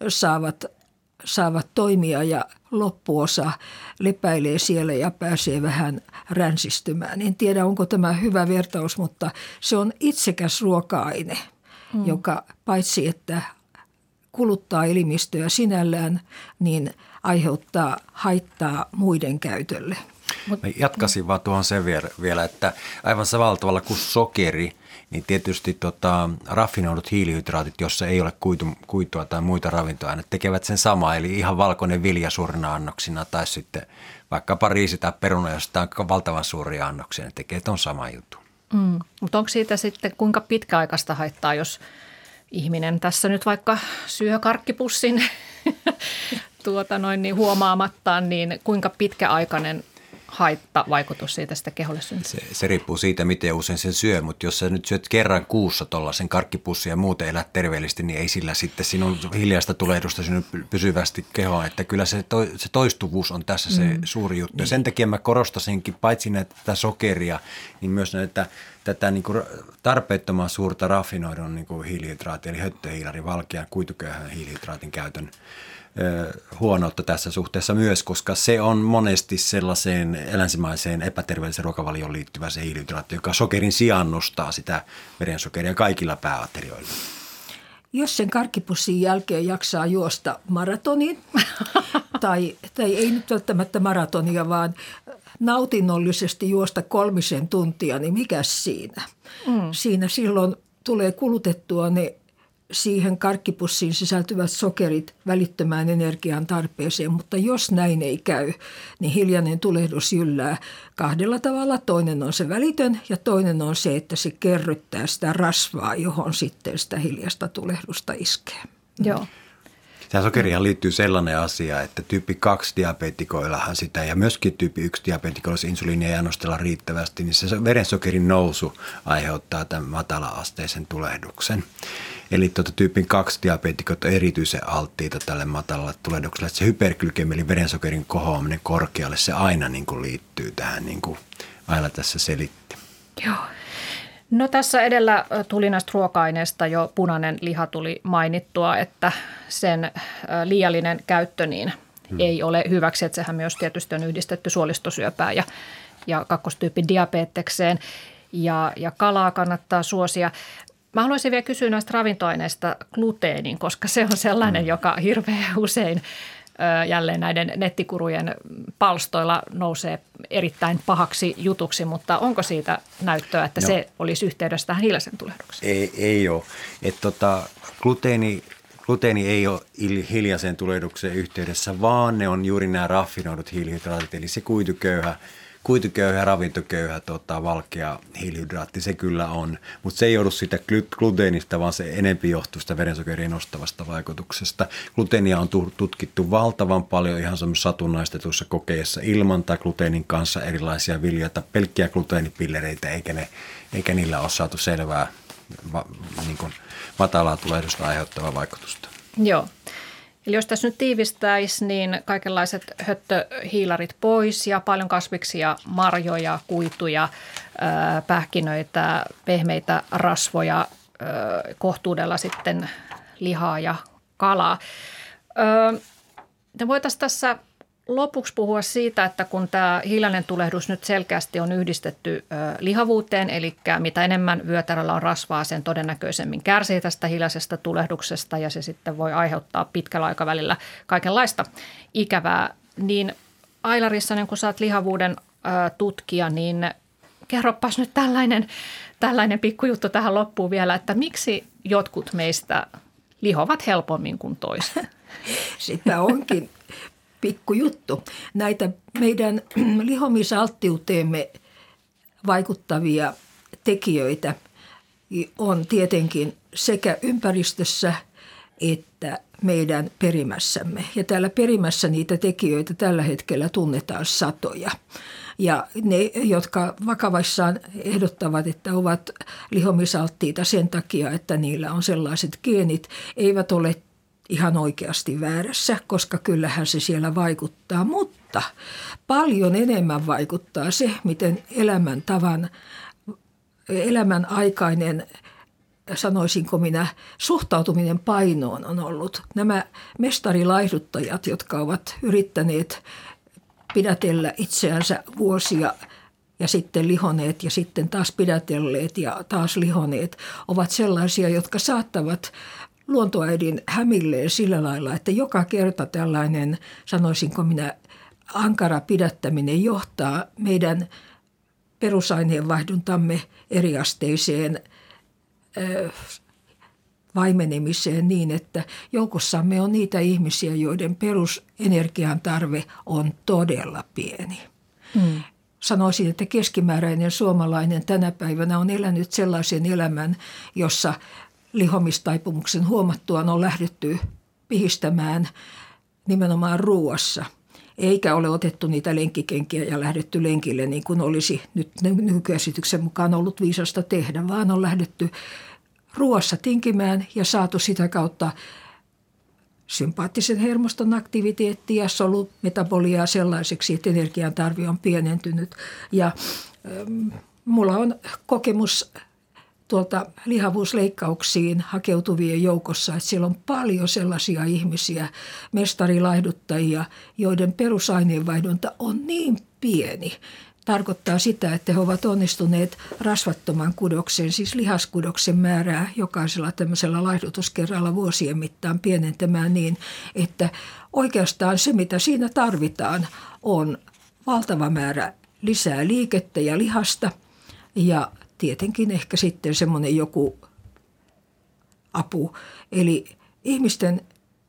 C: saavat toimia ja loppuosa lepäilee siellä ja pääsee vähän ränsistymään. En tiedä, onko tämä hyvä vertaus, mutta se on itsekäs ruoka-aine, joka paitsi että kuluttaa elimistöä sinällään, niin aiheuttaa haittaa muiden käytölle.
D: Mä jatkaisin vaan tuohon sen vielä, että aivan samalla tavalla kuin sokeri, niin tietysti raffinoidut hiilihydraatit, jossa ei ole kuitua tai muita ravintoaineita, tekevät sen sama. Eli ihan valkoinen vilja suurina annoksina tai sitten vaikkapa riisi tai peruna, josta on valtavan suuria annoksia, ne tekee ton sama juttu.
B: Mutta onko siitä sitten kuinka pitkäaikaista haittaa, jos ihminen tässä nyt vaikka syö karkkipussin niin huomaamattaan, niin kuinka pitkäaikainen haittavaikutus siitä sitä keholle syntyy?
D: Se riippuu siitä, miten usein sen syö, mutta jos sä nyt syöt kerran kuussa tuollaisen karkkipussin ja muuten elät terveellisesti, niin ei sillä sitten sinun hiljaista tulehdusta synny pysyvästi kehoon. Että kyllä se toistuvuus on tässä se suuri juttu. Ja sen takia mä korostasinkin paitsi tätä sokeria, niin myös tätä niin kuin tarpeettoman suurta raffinoidun niin kuin hiilihydraatin, eli höttöhiilari, valkean kuituköyhän hiilihydraatin käytön huonoutta tässä suhteessa myös, koska se on monesti sellaiseen länsimaiseen epäterveelliseen ruokavalioon liittyvä se hiilihydraatti, joka sokerin sijaan nostaa sitä verensokeria kaikilla pääaterioilla.
C: Jos sen karkkipussin jälkeen jaksaa juosta maratonin, tai ei nyt välttämättä maratonia, vaan nautinnollisesti juosta 3 tuntia, niin mikäs siinä? Siinä silloin tulee kulutettua ne siihen karkkipussiin sisältyvät sokerit välittömään energian tarpeeseen, mutta jos näin ei käy, niin hiljainen tulehdus jyllää 2 tavalla. Toinen on se välitön ja toinen on se, että se kerryttää sitä rasvaa, johon sitten sitä hiljaista tulehdusta iskee.
B: Joo.
D: Tähän sokeriin liittyy sellainen asia, että tyyppi 2 diabeetikoillahan sitä ja myöskin tyyppi 1 diabeetikoilla, jos insuliinia ei annostella riittävästi, niin se verensokerin nousu aiheuttaa tämän matala-asteisen tulehduksen. Eli tyypin 2 diabeetikot on erityisen alttiita tälle matalalle tulehdukselle. Että se hyperglykemia eli verensokerin kohoaminen korkealle, se aina niin kuin liittyy tähän, niin kuin Aila tässä selitti.
B: Joo. No tässä edellä tuli näistä ruoka-aineista jo punainen liha tuli mainittua, että sen liiallinen käyttö niin ei ole hyväksi. Että sehän myös tietysti on yhdistetty suolistosyöpään ja kakkostyypin diabetekseen ja kalaa kannattaa suosia. Mä haluaisin vielä kysyä näistä ravintoaineista gluteenin, koska se on sellainen, joka hirveän usein jälleen näiden nettikurujen palstoilla nousee erittäin pahaksi jutuksi, mutta onko siitä näyttöä, että se olisi yhteydessä tähän hiljaisen tulehdukseen?
D: Ei ole. Gluteeni ei ole hiljaisen tulehduksen yhteydessä, vaan ne on juuri nämä raffinoidut hiilihydraatit, eli se kuituköyhä, ravintoköyhä, valkea hiilihydraatti, se kyllä on. Mutta se ei joudu siitä gluteenista, vaan se enempi johtuu sitä verensokeria nostavasta vaikutuksesta. Gluteenia on tutkittu valtavan paljon ihan semmoisessa satunnaistetuissa kokeissa ilman tai gluteenin kanssa erilaisia viljoita, pelkkiä gluteenipillereitä, eikä niillä ole saatu selvää niin kuin matalaa tulehdusta aiheuttavaa vaikutusta.
B: Joo. Eli jos tässä nyt tiivistäisi, niin kaikenlaiset höttöhiilarit pois ja paljon kasviksia, marjoja, kuituja, pähkinöitä, pehmeitä rasvoja, kohtuudella sitten lihaa ja kalaa. Voitaisiin tässä lopuksi puhua siitä, että kun tämä hiljainen tulehdus nyt selkeästi on yhdistetty lihavuuteen, eli mitä enemmän vyötäröllä on rasvaa, sen todennäköisemmin kärsii tästä hiljaisesta tulehduksesta ja se sitten voi aiheuttaa pitkällä aikavälillä kaikenlaista ikävää. Niin Aila Rissanen, kun sä oot lihavuuden tutkija, niin kerropas nyt tällainen pikkujuttu tähän loppuun vielä, että miksi jotkut meistä lihovat helpommin kuin toiset?
C: Sitä onkin pikkujuttu. Näitä meidän lihomisalttiuteemme vaikuttavia tekijöitä on tietenkin sekä ympäristössä että meidän perimässämme. Ja täällä perimässä niitä tekijöitä tällä hetkellä tunnetaan satoja. Ja ne, jotka vakavaissaan ehdottavat, että ovat lihomisalttiita sen takia, että niillä on sellaiset geenit, eivät ole ihan oikeasti väärässä, koska kyllähän se siellä vaikuttaa, mutta paljon enemmän vaikuttaa se, miten elämän aikainen, sanoisinko minä, suhtautuminen painoon on ollut. Nämä mestarilaihduttajat, jotka ovat yrittäneet pidätellä itseänsä vuosia ja sitten lihoneet ja sitten taas pidätelleet ja taas lihoneet, ovat sellaisia, jotka saattavat luontoäidin hämilleen sillä lailla, että joka kerta tällainen, sanoisinko minä, ankara pidättäminen johtaa meidän perusaineenvaihduntamme eriasteiseen vaimenemiseen niin, että joukossamme on niitä ihmisiä, joiden perusenergian tarve on todella pieni. Sanoisin, että keskimääräinen suomalainen tänä päivänä on elänyt sellaisen elämän, jossa lihomistaipumuksen huomattuaan on lähdetty pihistämään nimenomaan ruuassa, eikä ole otettu niitä lenkkikenkiä ja lähdetty lenkille niin kuin olisi nyt nykykäsityksen mukaan ollut viisasta tehdä, vaan on lähdetty ruuassa tinkimään ja saatu sitä kautta sympaattisen hermoston aktiviteettia ja solumetaboliaa sellaiseksi, että energian tarve on pienentynyt. Ja mulla on kokemus tuolta lihavuusleikkauksiin hakeutuvien joukossa, että siellä on paljon sellaisia ihmisiä, mestarilaihduttajia, joiden perusaineenvaihdunta on niin pieni. Tarkoittaa sitä, että he ovat onnistuneet rasvattoman kudoksen, siis lihaskudoksen määrää jokaisella tämmöisellä laihdutuskerralla vuosien mittaan pienentämään niin, että oikeastaan se, mitä siinä tarvitaan, on valtava määrä lisää liikettä ja lihasta ja tietenkin ehkä sitten semmoinen joku apu. Eli ihmisten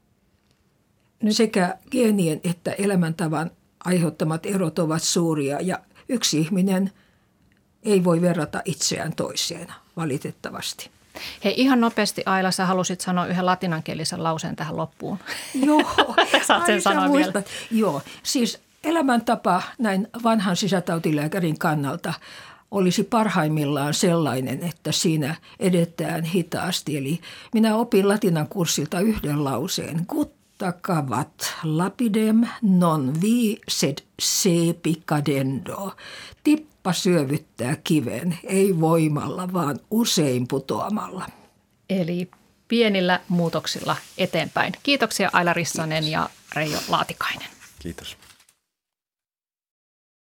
C: sekä geenien että elämäntavan aiheuttamat erot ovat suuria ja yksi ihminen ei voi verrata itseään toiseen valitettavasti.
B: Hei, ihan nopeasti Aila, sä halusit sanoa yhden latinankielisen lauseen tähän loppuun.
C: Joo.
B: Saat sen sanoa vielä.
C: Joo, siis elämäntapa näin vanhan sisätautilääkärin kannalta olisi parhaimmillaan sellainen, että siinä edetään hitaasti. Eli minä opin latinan kurssilta yhden lauseen. Gutta cavat lapidem non vi sed sepi cadendo. Tippa syövyttää kiven, ei voimalla, vaan usein putoamalla.
B: Eli pienillä muutoksilla eteenpäin. Kiitoksia Aila Rissanen ja Reijo Laatikainen.
D: Kiitos.